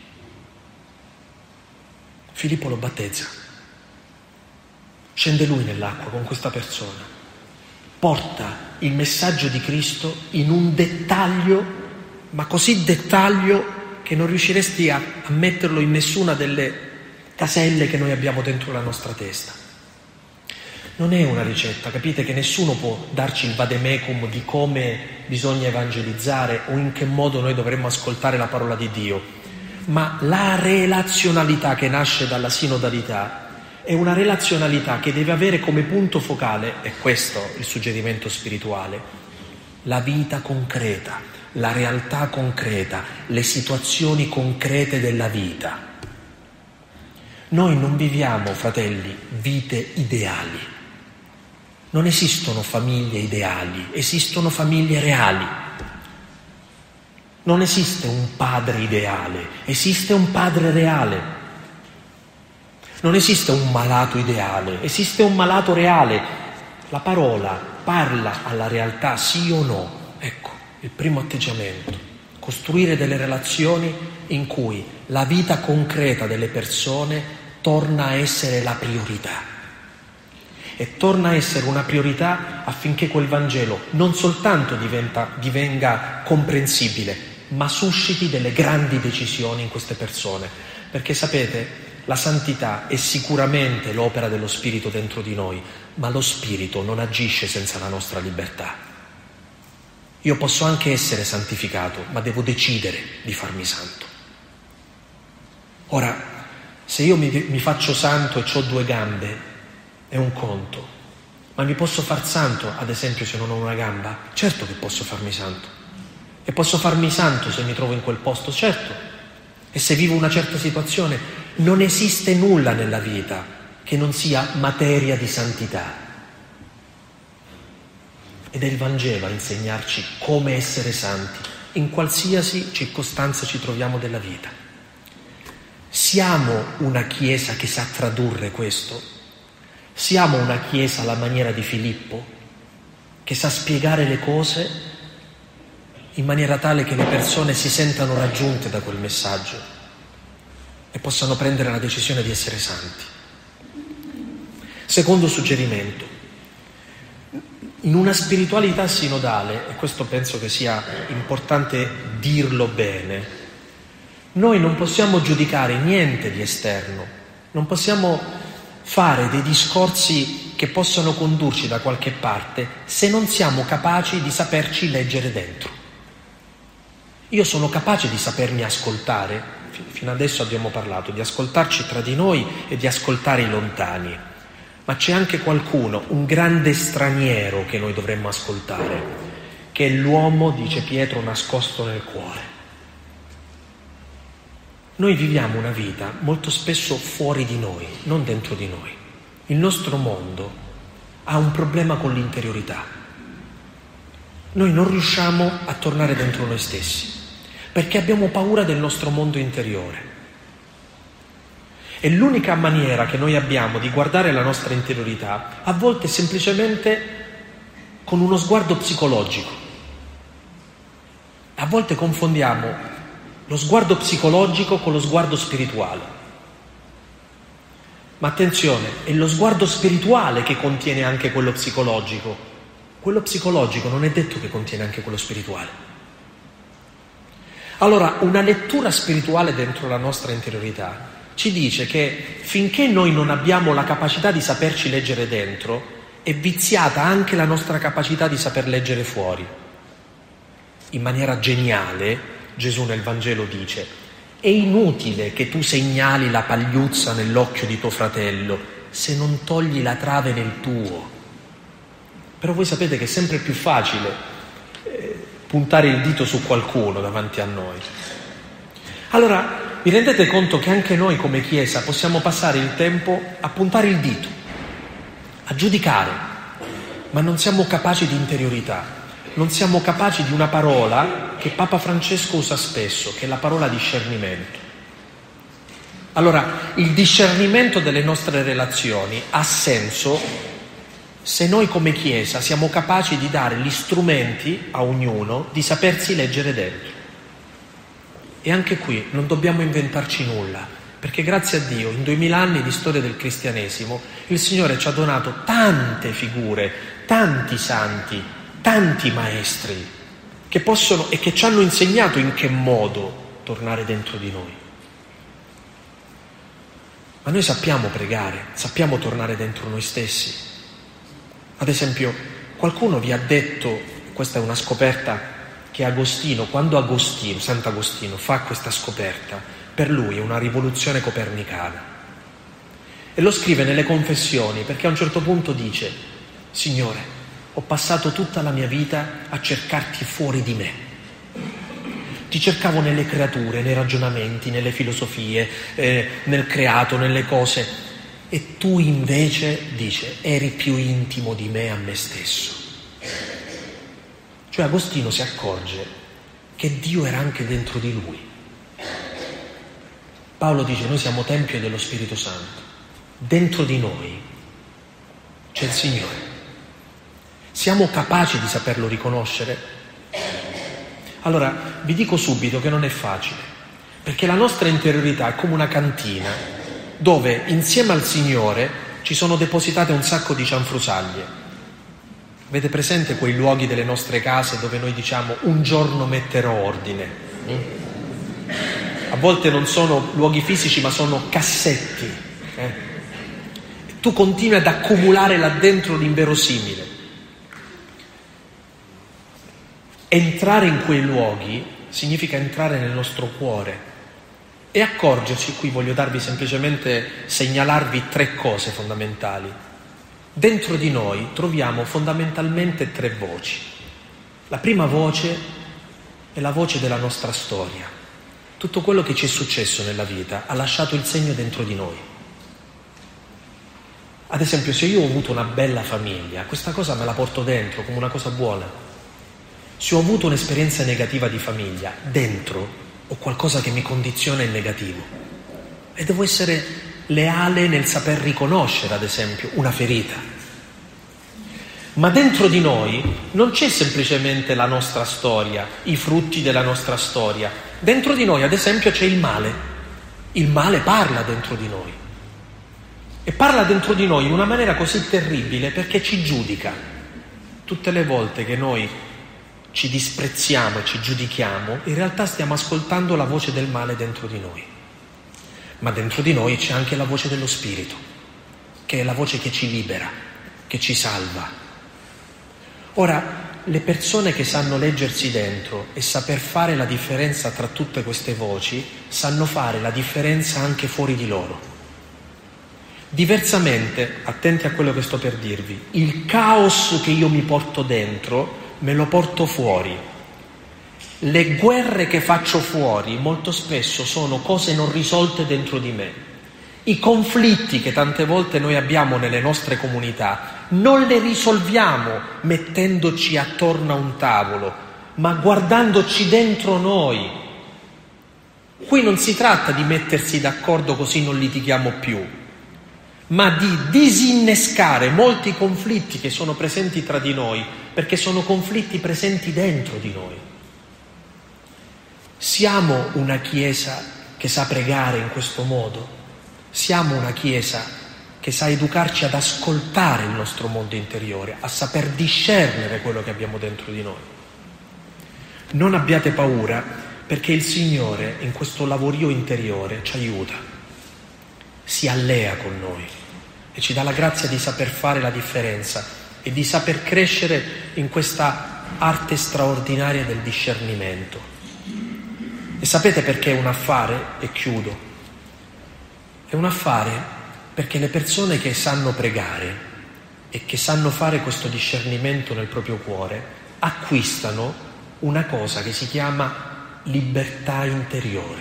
Filippo lo battezza, scende lui nell'acqua con questa persona, porta il messaggio di Cristo in un dettaglio, ma così dettaglio che non riusciresti a metterlo in nessuna delle caselle che noi abbiamo dentro la nostra testa. Non è una ricetta, capite che nessuno può darci il vademecum di come bisogna evangelizzare o in che modo noi dovremmo ascoltare la parola di Dio, ma la relazionalità che nasce dalla sinodalità è una relazionalità che deve avere come punto focale, e questo è il suggerimento spirituale, la vita concreta, la realtà concreta, le situazioni concrete della vita. Noi non viviamo, fratelli, vite ideali. Non esistono famiglie ideali, esistono famiglie reali. Non esiste un padre ideale, esiste un padre reale. Non esiste un malato ideale, esiste un malato reale. La parola parla alla realtà, sì o no? Ecco. Il primo atteggiamento, costruire delle relazioni in cui la vita concreta delle persone torna a essere la priorità. E torna a essere una priorità affinché quel Vangelo non soltanto divenga comprensibile, ma susciti delle grandi decisioni in queste persone. Perché sapete, la santità è sicuramente l'opera dello Spirito dentro di noi, ma lo Spirito non agisce senza la nostra libertà. Io posso anche essere santificato, ma devo decidere di farmi santo. Ora, se io mi faccio santo e ho 2 gambe, è un conto, ma mi posso far santo, ad esempio, se non ho una gamba? Certo che posso farmi santo. E posso farmi santo se mi trovo in quel posto? Certo. E se vivo una certa situazione? Non esiste nulla nella vita che non sia materia di santità. Ed è il Vangelo a insegnarci come essere santi, in qualsiasi circostanza ci troviamo della vita. Siamo una Chiesa che sa tradurre questo? Siamo una Chiesa alla maniera di Filippo, che sa spiegare le cose in maniera tale che le persone si sentano raggiunte da quel messaggio e possano prendere la decisione di essere santi? Secondo suggerimento. In una spiritualità sinodale, e questo penso che sia importante dirlo bene, noi non possiamo giudicare niente di esterno, non possiamo fare dei discorsi che possano condurci da qualche parte se non siamo capaci di saperci leggere dentro. Io sono capace di sapermi ascoltare, fino adesso abbiamo parlato di ascoltarci tra di noi e di ascoltare i lontani. Ma c'è anche qualcuno, un grande straniero che noi dovremmo ascoltare, che è l'uomo, dice Pietro, nascosto nel cuore. Noi viviamo una vita molto spesso fuori di noi, non dentro di noi. Il nostro mondo ha un problema con l'interiorità. Noi non riusciamo a tornare dentro noi stessi, perché abbiamo paura del nostro mondo interiore. E l'unica maniera che noi abbiamo di guardare la nostra interiorità a volte è semplicemente con uno sguardo psicologico. A volte confondiamo lo sguardo psicologico con lo sguardo spirituale. Ma attenzione, è lo sguardo spirituale che contiene anche quello psicologico. Quello psicologico non è detto che contiene anche quello spirituale. Allora, una lettura spirituale dentro la nostra interiorità ci dice che finché noi non abbiamo la capacità di saperci leggere dentro, è viziata anche la nostra capacità di saper leggere fuori. In maniera geniale, Gesù nel Vangelo dice: è inutile che tu segnali la pagliuzza nell'occhio di tuo fratello se non togli la trave nel tuo. Però voi sapete che è sempre più facile puntare il dito su qualcuno davanti a noi. Allora, vi rendete conto che anche noi come Chiesa possiamo passare il tempo a puntare il dito, a giudicare, ma non siamo capaci di interiorità, non siamo capaci di una parola che Papa Francesco usa spesso, che è la parola discernimento. Allora, il discernimento delle nostre relazioni ha senso se noi come Chiesa siamo capaci di dare gli strumenti a ognuno di sapersi leggere dentro. E anche qui non dobbiamo inventarci nulla, perché grazie a Dio in 2000 anni di storia del cristianesimo il Signore ci ha donato tante figure, tanti santi, tanti maestri che possono e che ci hanno insegnato in che modo tornare dentro di noi. Ma noi sappiamo pregare, sappiamo tornare dentro noi stessi. Ad esempio, qualcuno vi ha detto, questa è una scoperta che Agostino, quando Sant'Agostino fa questa scoperta, per lui è una rivoluzione copernicana. E lo scrive nelle Confessioni, perché a un certo punto dice: Signore, ho passato tutta la mia vita a cercarti fuori di me. Ti cercavo nelle creature, nei ragionamenti, nelle filosofie, nel creato, nelle cose. E tu invece, dice, eri più intimo di me a me stesso. Cioè Agostino si accorge che Dio era anche dentro di lui. Paolo dice: noi siamo tempio dello Spirito Santo. Dentro di noi c'è il Signore. Siamo capaci di saperlo riconoscere? Allora, vi dico subito che non è facile, perché la nostra interiorità è come una cantina dove insieme al Signore ci sono depositate un sacco di cianfrusaglie. Avete presente quei luoghi delle nostre case dove noi diciamo: un giorno metterò ordine? A volte non sono luoghi fisici, ma sono cassetti. Tu continui ad accumulare là dentro l'inverosimile. Entrare in quei luoghi significa entrare nel nostro cuore e accorgerci, qui voglio darvi semplicemente, segnalarvi 3 cose fondamentali. Dentro di noi troviamo fondamentalmente 3 voci. La prima voce è la voce della nostra storia. Tutto quello che ci è successo nella vita ha lasciato il segno dentro di noi. Ad esempio, se io ho avuto una bella famiglia, questa cosa me la porto dentro come una cosa buona. Se ho avuto un'esperienza negativa di famiglia, dentro ho qualcosa che mi condiziona in negativo. E devo essere leale nel saper riconoscere, ad esempio, una ferita. Ma dentro di noi non c'è semplicemente la nostra storia, i frutti della nostra storia. Dentro di noi, ad esempio, c'è il male. Il male parla dentro di noi. E parla dentro di noi in una maniera così terribile perché ci giudica. Tutte le volte che noi ci disprezziamo e ci giudichiamo, in realtà stiamo ascoltando la voce del male dentro di noi. Ma dentro di noi c'è anche la voce dello Spirito, che è la voce che ci libera, che ci salva. Ora, le persone che sanno leggersi dentro e saper fare la differenza tra tutte queste voci, sanno fare la differenza anche fuori di loro. Diversamente, attenti a quello che sto per dirvi, il caos che io mi porto dentro me lo porto fuori. Le guerre che faccio fuori molto spesso sono cose non risolte dentro di me. I conflitti che tante volte noi abbiamo nelle nostre comunità non li risolviamo mettendoci attorno a un tavolo, ma guardandoci dentro noi. Qui non si tratta di mettersi d'accordo così non litighiamo più, ma di disinnescare molti conflitti che sono presenti tra di noi, perché sono conflitti presenti dentro di noi. Siamo una Chiesa che sa pregare in questo modo? Siamo una Chiesa che sa educarci ad ascoltare il nostro mondo interiore, a saper discernere quello che abbiamo dentro di noi. Non abbiate paura, perché il Signore in questo lavorio interiore ci aiuta, si allea con noi e ci dà la grazia di saper fare la differenza e di saper crescere in questa arte straordinaria del discernimento. E sapete perché è un affare? E chiudo. È un affare perché le persone che sanno pregare e che sanno fare questo discernimento nel proprio cuore acquistano una cosa che si chiama libertà interiore.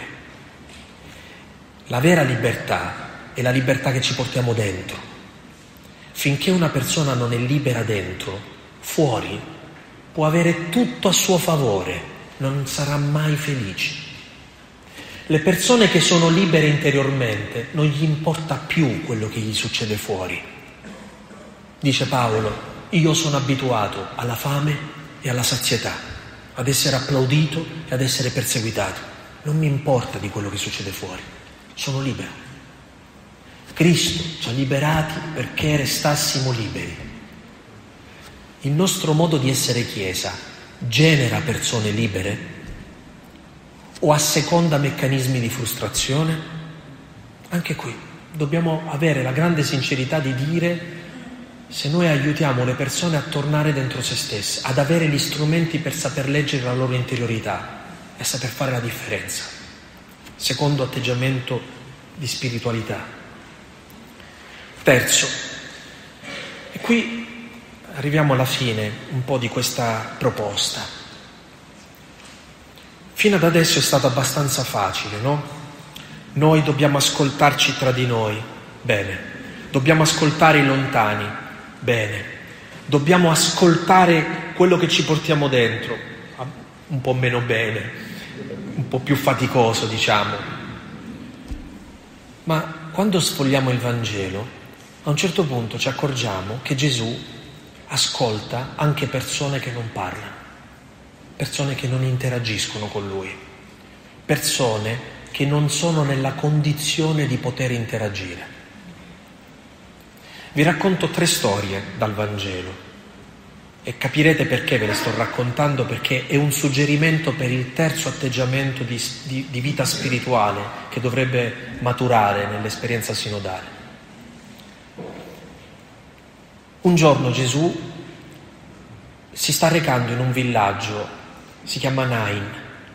La vera libertà è la libertà che ci portiamo dentro. Finché una persona non è libera dentro, fuori può avere tutto a suo favore, non sarà mai felice. Le persone che sono libere interiormente non gli importa più quello che gli succede fuori. Dice Paolo: io sono abituato alla fame e alla sazietà, ad essere applaudito e ad essere perseguitato. Non mi importa di quello che succede fuori, sono libero. Cristo ci ha liberati perché restassimo liberi. Il nostro modo di essere Chiesa genera persone libere o asseconda meccanismi di frustrazione? Anche qui dobbiamo avere la grande sincerità di dire: se noi aiutiamo le persone a tornare dentro se stesse, ad avere gli strumenti per saper leggere la loro interiorità e saper fare la differenza. Secondo atteggiamento di spiritualità. Terzo, e qui arriviamo alla fine un po' di questa proposta. Fino ad adesso è stato abbastanza facile, no? Noi dobbiamo ascoltarci tra di noi, bene. Dobbiamo ascoltare i lontani, bene. Dobbiamo ascoltare quello che ci portiamo dentro, un po' meno bene, un po' più faticoso, diciamo. Ma quando sfogliamo il Vangelo, a un certo punto ci accorgiamo che Gesù ascolta anche persone che non parlano, persone che non interagiscono con Lui, persone che non sono nella condizione di poter interagire. Vi racconto 3 storie dal Vangelo e capirete perché ve le sto raccontando, perché è un suggerimento per il terzo atteggiamento di vita spirituale che dovrebbe maturare nell'esperienza sinodale. Un giorno Gesù si sta recando in un villaggio, si chiama Nain,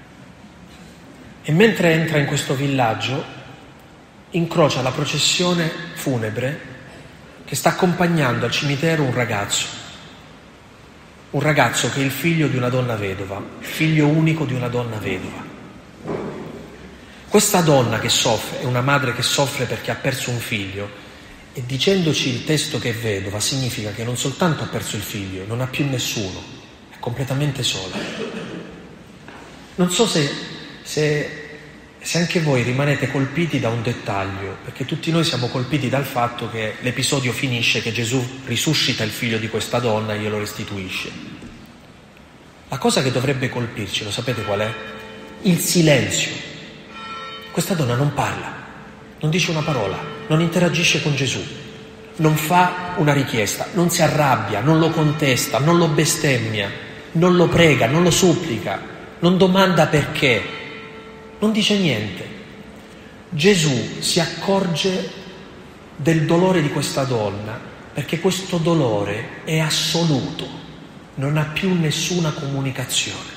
e mentre entra in questo villaggio incrocia la processione funebre che sta accompagnando al cimitero un ragazzo che è il figlio di una donna vedova, figlio unico di una donna vedova. Questa donna che soffre, è una madre che soffre perché ha perso un figlio, e dicendoci il testo che è vedova significa che non soltanto ha perso il figlio, non ha più nessuno, è completamente sola. Non so se anche voi rimanete colpiti da un dettaglio, perché tutti noi siamo colpiti dal fatto che l'episodio finisce che Gesù risuscita il figlio di questa donna e glielo restituisce. La cosa che dovrebbe colpirci, lo sapete qual è? Il silenzio. Questa donna non parla, non dice una parola, non interagisce con Gesù, non fa una richiesta, non si arrabbia, non lo contesta, non lo bestemmia, non lo prega, non lo supplica, non domanda perché, non dice niente. Gesù si accorge del dolore di questa donna perché questo dolore è assoluto, non ha più nessuna comunicazione.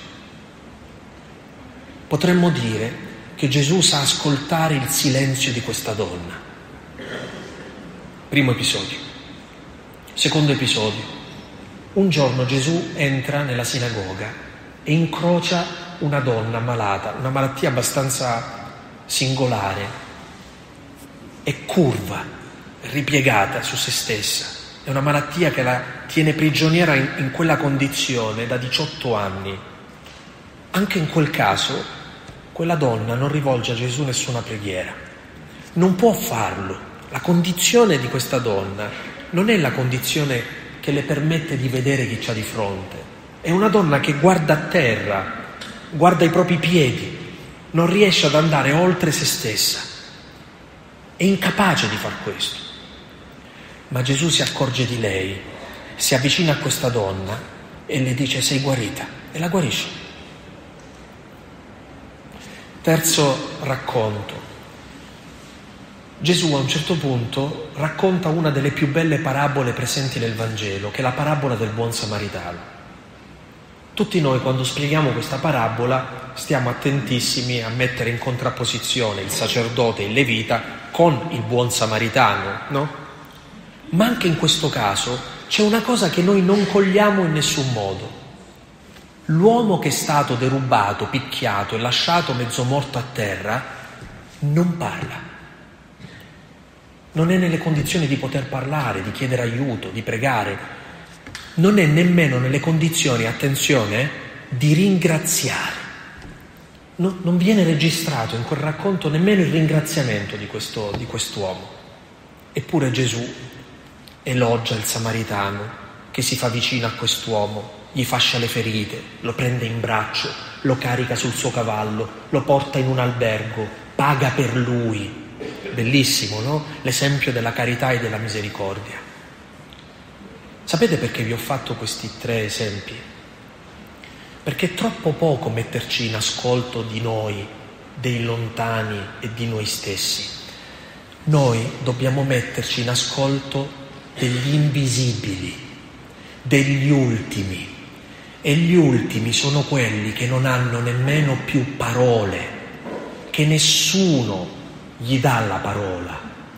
Potremmo dire che Gesù sa ascoltare il silenzio di questa donna. Primo episodio. Secondo episodio. Un giorno Gesù entra nella sinagoga e incrocia una donna malata, una malattia abbastanza singolare, è curva, ripiegata su se stessa. È una malattia che la tiene prigioniera in quella condizione da 18 anni. Anche in quel caso quella donna non rivolge a Gesù nessuna preghiera. Non può farlo. La condizione di questa donna non è la condizione che le permette di vedere chi c'ha di fronte. È una donna che guarda a terra, guarda i propri piedi, non riesce ad andare oltre se stessa. È incapace di far questo. Ma Gesù si accorge di lei, si avvicina a questa donna e le dice: sei guarita, e la guarisce. Terzo racconto. Gesù a un certo punto racconta una delle più belle parabole presenti nel Vangelo, che è la parabola del buon samaritano. Tutti noi quando spieghiamo questa parabola stiamo attentissimi a mettere in contrapposizione il sacerdote, il levita, con il buon samaritano, no? Ma anche in questo caso c'è una cosa che noi non cogliamo in nessun modo. L'uomo che è stato derubato, picchiato e lasciato mezzo morto a terra non parla. Non è nelle condizioni di poter parlare, di chiedere aiuto, di pregare. Non è nemmeno nelle condizioni, attenzione, di ringraziare. Non viene registrato in quel racconto nemmeno il ringraziamento di quest'uomo. Eppure Gesù elogia il samaritano che si fa vicino a quest'uomo, gli fascia le ferite, lo prende in braccio, lo carica sul suo cavallo, lo porta in un albergo, paga per lui. Bellissimo, no? L'esempio della carità e della misericordia. Sapete perché vi ho fatto questi 3 esempi? Perché è troppo poco metterci in ascolto di noi, dei lontani e di noi stessi. Noi dobbiamo metterci in ascolto degli invisibili, degli ultimi. E gli ultimi sono quelli che non hanno nemmeno più parole, che nessuno gli dà la parola.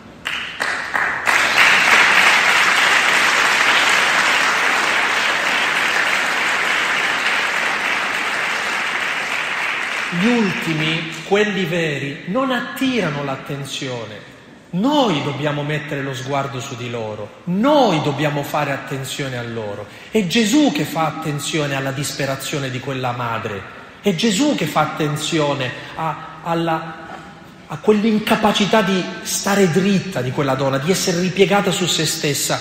Gli ultimi, quelli veri, non attirano l'attenzione. Noi dobbiamo mettere lo sguardo su di loro, noi dobbiamo fare attenzione a loro. È Gesù che fa attenzione alla disperazione di quella madre, è Gesù che fa attenzione a quell'incapacità di stare dritta di quella donna, di essere ripiegata su se stessa.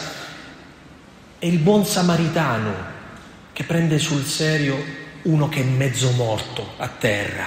È il buon samaritano che prende sul serio uno che è mezzo morto a terra.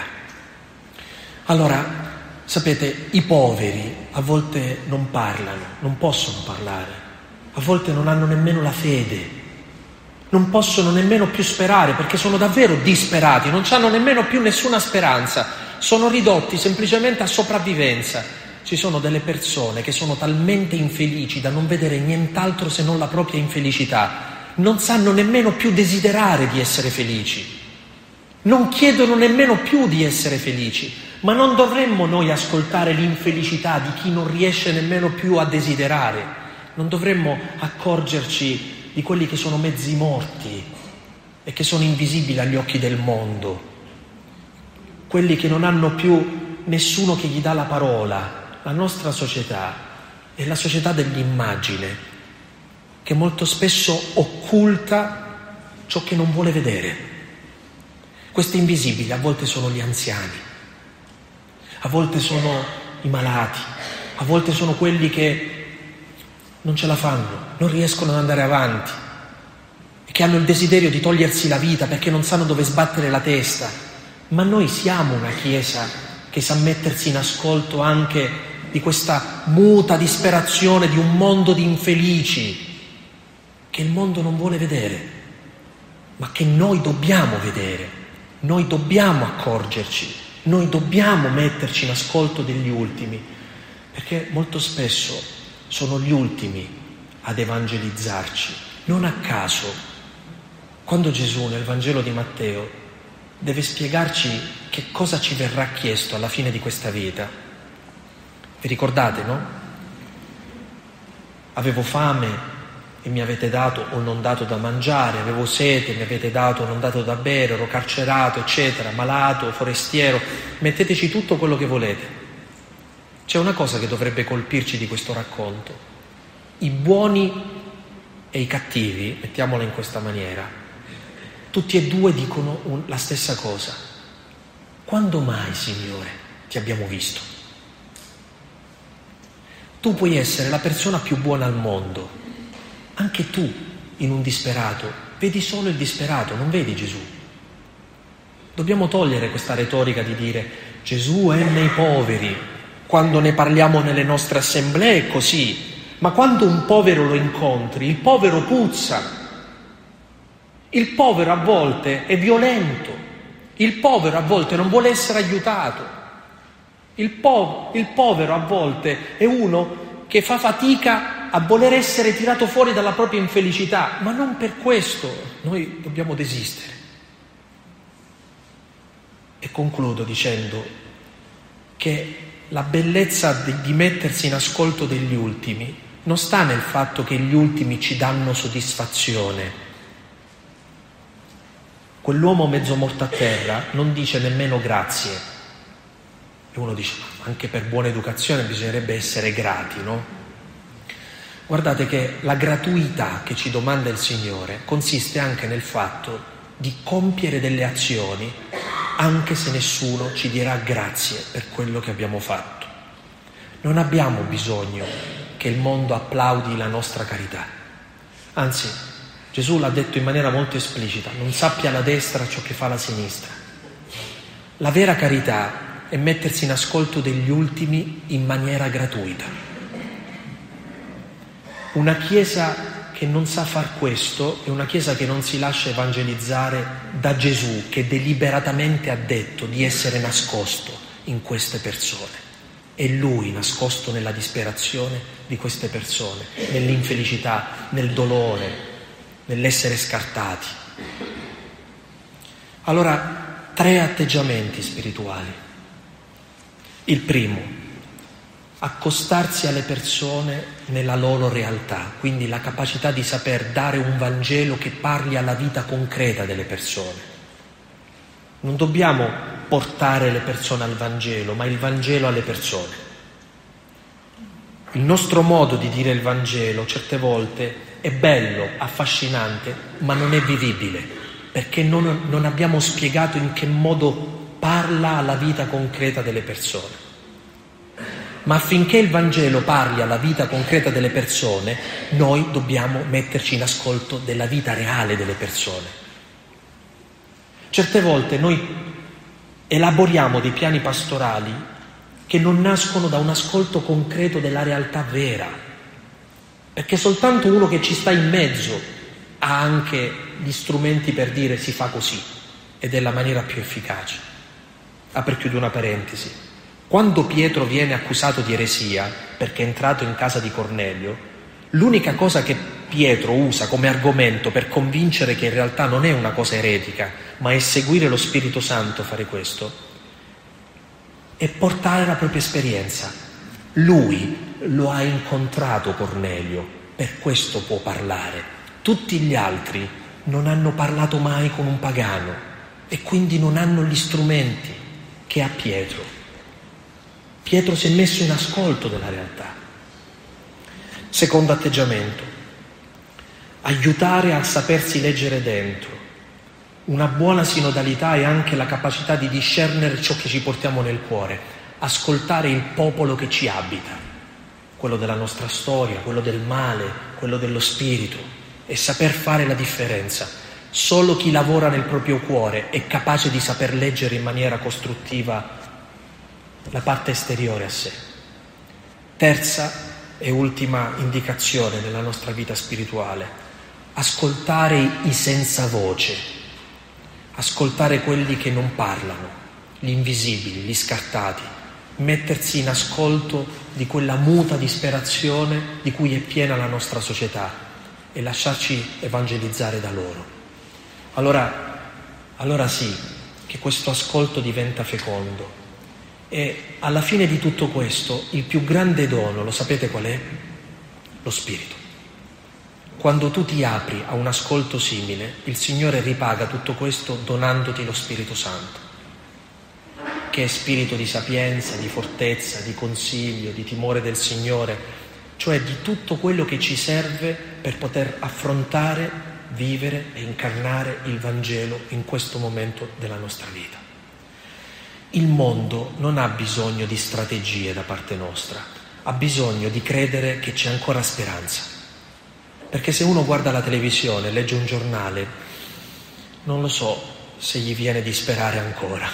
Allora, sapete, i poveri a volte non parlano, non possono parlare, a volte non hanno nemmeno la fede, non possono nemmeno più sperare perché sono davvero disperati, non hanno nemmeno più nessuna speranza, sono ridotti semplicemente a sopravvivenza. Ci sono delle persone che sono talmente infelici da non vedere nient'altro se non la propria infelicità, non sanno nemmeno più desiderare di essere felici, non chiedono nemmeno più di essere felici. Ma non dovremmo noi ascoltare l'infelicità di chi non riesce nemmeno più a desiderare, non dovremmo accorgerci di quelli che sono mezzi morti e che sono invisibili agli occhi del mondo, quelli che non hanno più nessuno che gli dà la parola. La nostra società è la società dell'immagine, che molto spesso occulta ciò che non vuole vedere. Questi invisibili a volte sono gli anziani, a volte sono i malati, a volte sono quelli che non ce la fanno, non riescono ad andare avanti e che hanno il desiderio di togliersi la vita perché non sanno dove sbattere la testa. Ma noi siamo una Chiesa che sa mettersi in ascolto anche di questa muta disperazione di un mondo di infelici che il mondo non vuole vedere, ma che noi dobbiamo vedere, noi dobbiamo accorgerci. Noi dobbiamo metterci in ascolto degli ultimi, perché molto spesso sono gli ultimi ad evangelizzarci. Non a caso, quando Gesù nel Vangelo di Matteo deve spiegarci che cosa ci verrà chiesto alla fine di questa vita, vi ricordate, no? Avevo fame e mi avete dato o non dato da mangiare, avevo sete, mi avete dato o non dato da bere, ero carcerato, eccetera, malato, forestiero, metteteci tutto quello che volete. C'è una cosa che dovrebbe colpirci di questo racconto. I buoni e i cattivi, mettiamola in questa maniera, tutti e due dicono la stessa cosa. Quando mai, Signore, ti abbiamo visto? Tu puoi essere la persona più buona al mondo, anche tu, in un disperato, vedi solo il disperato, non vedi Gesù. Dobbiamo togliere questa retorica di dire Gesù è nei poveri. Quando ne parliamo nelle nostre assemblee è così, Ma quando un povero lo incontri, il povero puzza, il povero a volte è violento, il povero a volte non vuole essere aiutato, il povero a volte è uno che fa fatica a voler essere tirato fuori dalla propria infelicità, ma non per questo noi dobbiamo desistere. E concludo dicendo che la bellezza di mettersi in ascolto degli ultimi non sta nel fatto che gli ultimi ci danno soddisfazione. Quell'uomo mezzo morto a terra non dice nemmeno grazie. E uno dice, anche per buona educazione bisognerebbe essere grati, no? Guardate che la gratuità che ci domanda il Signore consiste anche nel fatto di compiere delle azioni anche se nessuno ci dirà grazie per quello che abbiamo fatto. Non abbiamo bisogno che il mondo applaudi la nostra carità. Anzi, Gesù l'ha detto in maniera molto esplicita, non sappia la destra ciò che fa la sinistra. La vera carità è mettersi in ascolto degli ultimi in maniera gratuita. Una Chiesa che non sa far questo è una Chiesa che non si lascia evangelizzare da Gesù, che deliberatamente ha detto di essere nascosto in queste persone. È Lui nascosto nella disperazione di queste persone, nell'infelicità, nel dolore, nell'essere scartati. Allora, 3 atteggiamenti spirituali. Il primo, accostarsi alle persone nella loro realtà, quindi la capacità di saper dare un Vangelo che parli alla vita concreta delle persone. Non dobbiamo portare le persone al Vangelo, ma il Vangelo alle persone. Il nostro modo di dire il Vangelo certe volte è bello, affascinante, ma non è vivibile, perché non abbiamo spiegato in che modo parla alla vita concreta delle persone. Ma affinché il Vangelo parli alla vita concreta delle persone, noi dobbiamo metterci in ascolto della vita reale delle persone. Certe volte noi elaboriamo dei piani pastorali che non nascono da un ascolto concreto della realtà vera, perché soltanto uno che ci sta in mezzo ha anche gli strumenti per dire si fa così, ed è la maniera più efficace. Chiudo una parentesi. Quando Pietro viene accusato di eresia perché è entrato in casa di Cornelio, l'unica cosa che Pietro usa come argomento per convincere che in realtà non è una cosa eretica, ma è seguire lo Spirito Santo fare questo, è portare la propria esperienza. Lui lo ha incontrato Cornelio, per questo può parlare. Tutti gli altri non hanno parlato mai con un pagano e quindi non hanno gli strumenti che ha Pietro. Pietro si è messo in ascolto della realtà. Secondo atteggiamento, aiutare a sapersi leggere dentro. Una buona sinodalità è anche la capacità di discernere ciò che ci portiamo nel cuore, ascoltare il popolo che ci abita, quello della nostra storia, quello del male, quello dello spirito, e saper fare la differenza. Solo chi lavora nel proprio cuore è capace di saper leggere in maniera costruttiva la parte esteriore a sé. Terza e ultima indicazione nella nostra vita spirituale: ascoltare i senza voce, ascoltare quelli che non parlano, gli invisibili, gli scartati, mettersi in ascolto di quella muta disperazione di cui è piena la nostra società e lasciarci evangelizzare da loro. Allora sì, che questo ascolto diventa fecondo. E alla fine di tutto questo, il più grande dono, lo sapete qual è? Lo Spirito. Quando tu ti apri a un ascolto simile, il Signore ripaga tutto questo donandoti lo Spirito Santo, che è spirito di sapienza, di fortezza, di consiglio, di timore del Signore, cioè di tutto quello che ci serve per poter affrontare, vivere e incarnare il Vangelo in questo momento della nostra vita. Il mondo non ha bisogno di strategie da parte nostra, ha bisogno di credere che c'è ancora speranza. Perché se uno guarda la televisione, legge un giornale, non lo so se gli viene di sperare ancora.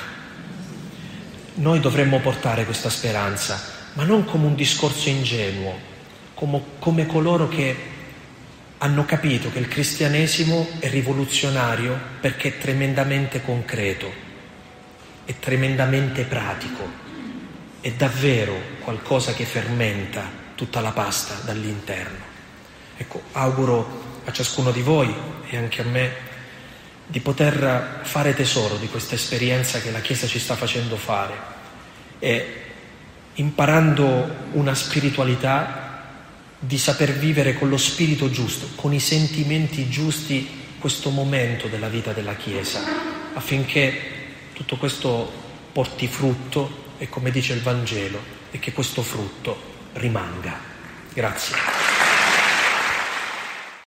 Noi dovremmo portare questa speranza, ma non come un discorso ingenuo, come coloro che hanno capito che il cristianesimo è rivoluzionario perché è tremendamente concreto, è tremendamente pratico, è davvero qualcosa che fermenta tutta la pasta dall'interno. Ecco, auguro a ciascuno di voi e anche a me di poter fare tesoro di questa esperienza che la Chiesa ci sta facendo fare e, imparando una spiritualità, di saper vivere con lo spirito giusto, con i sentimenti giusti questo momento della vita della Chiesa, affinché tutto questo porti frutto e, come dice il Vangelo, e che questo frutto rimanga. Grazie.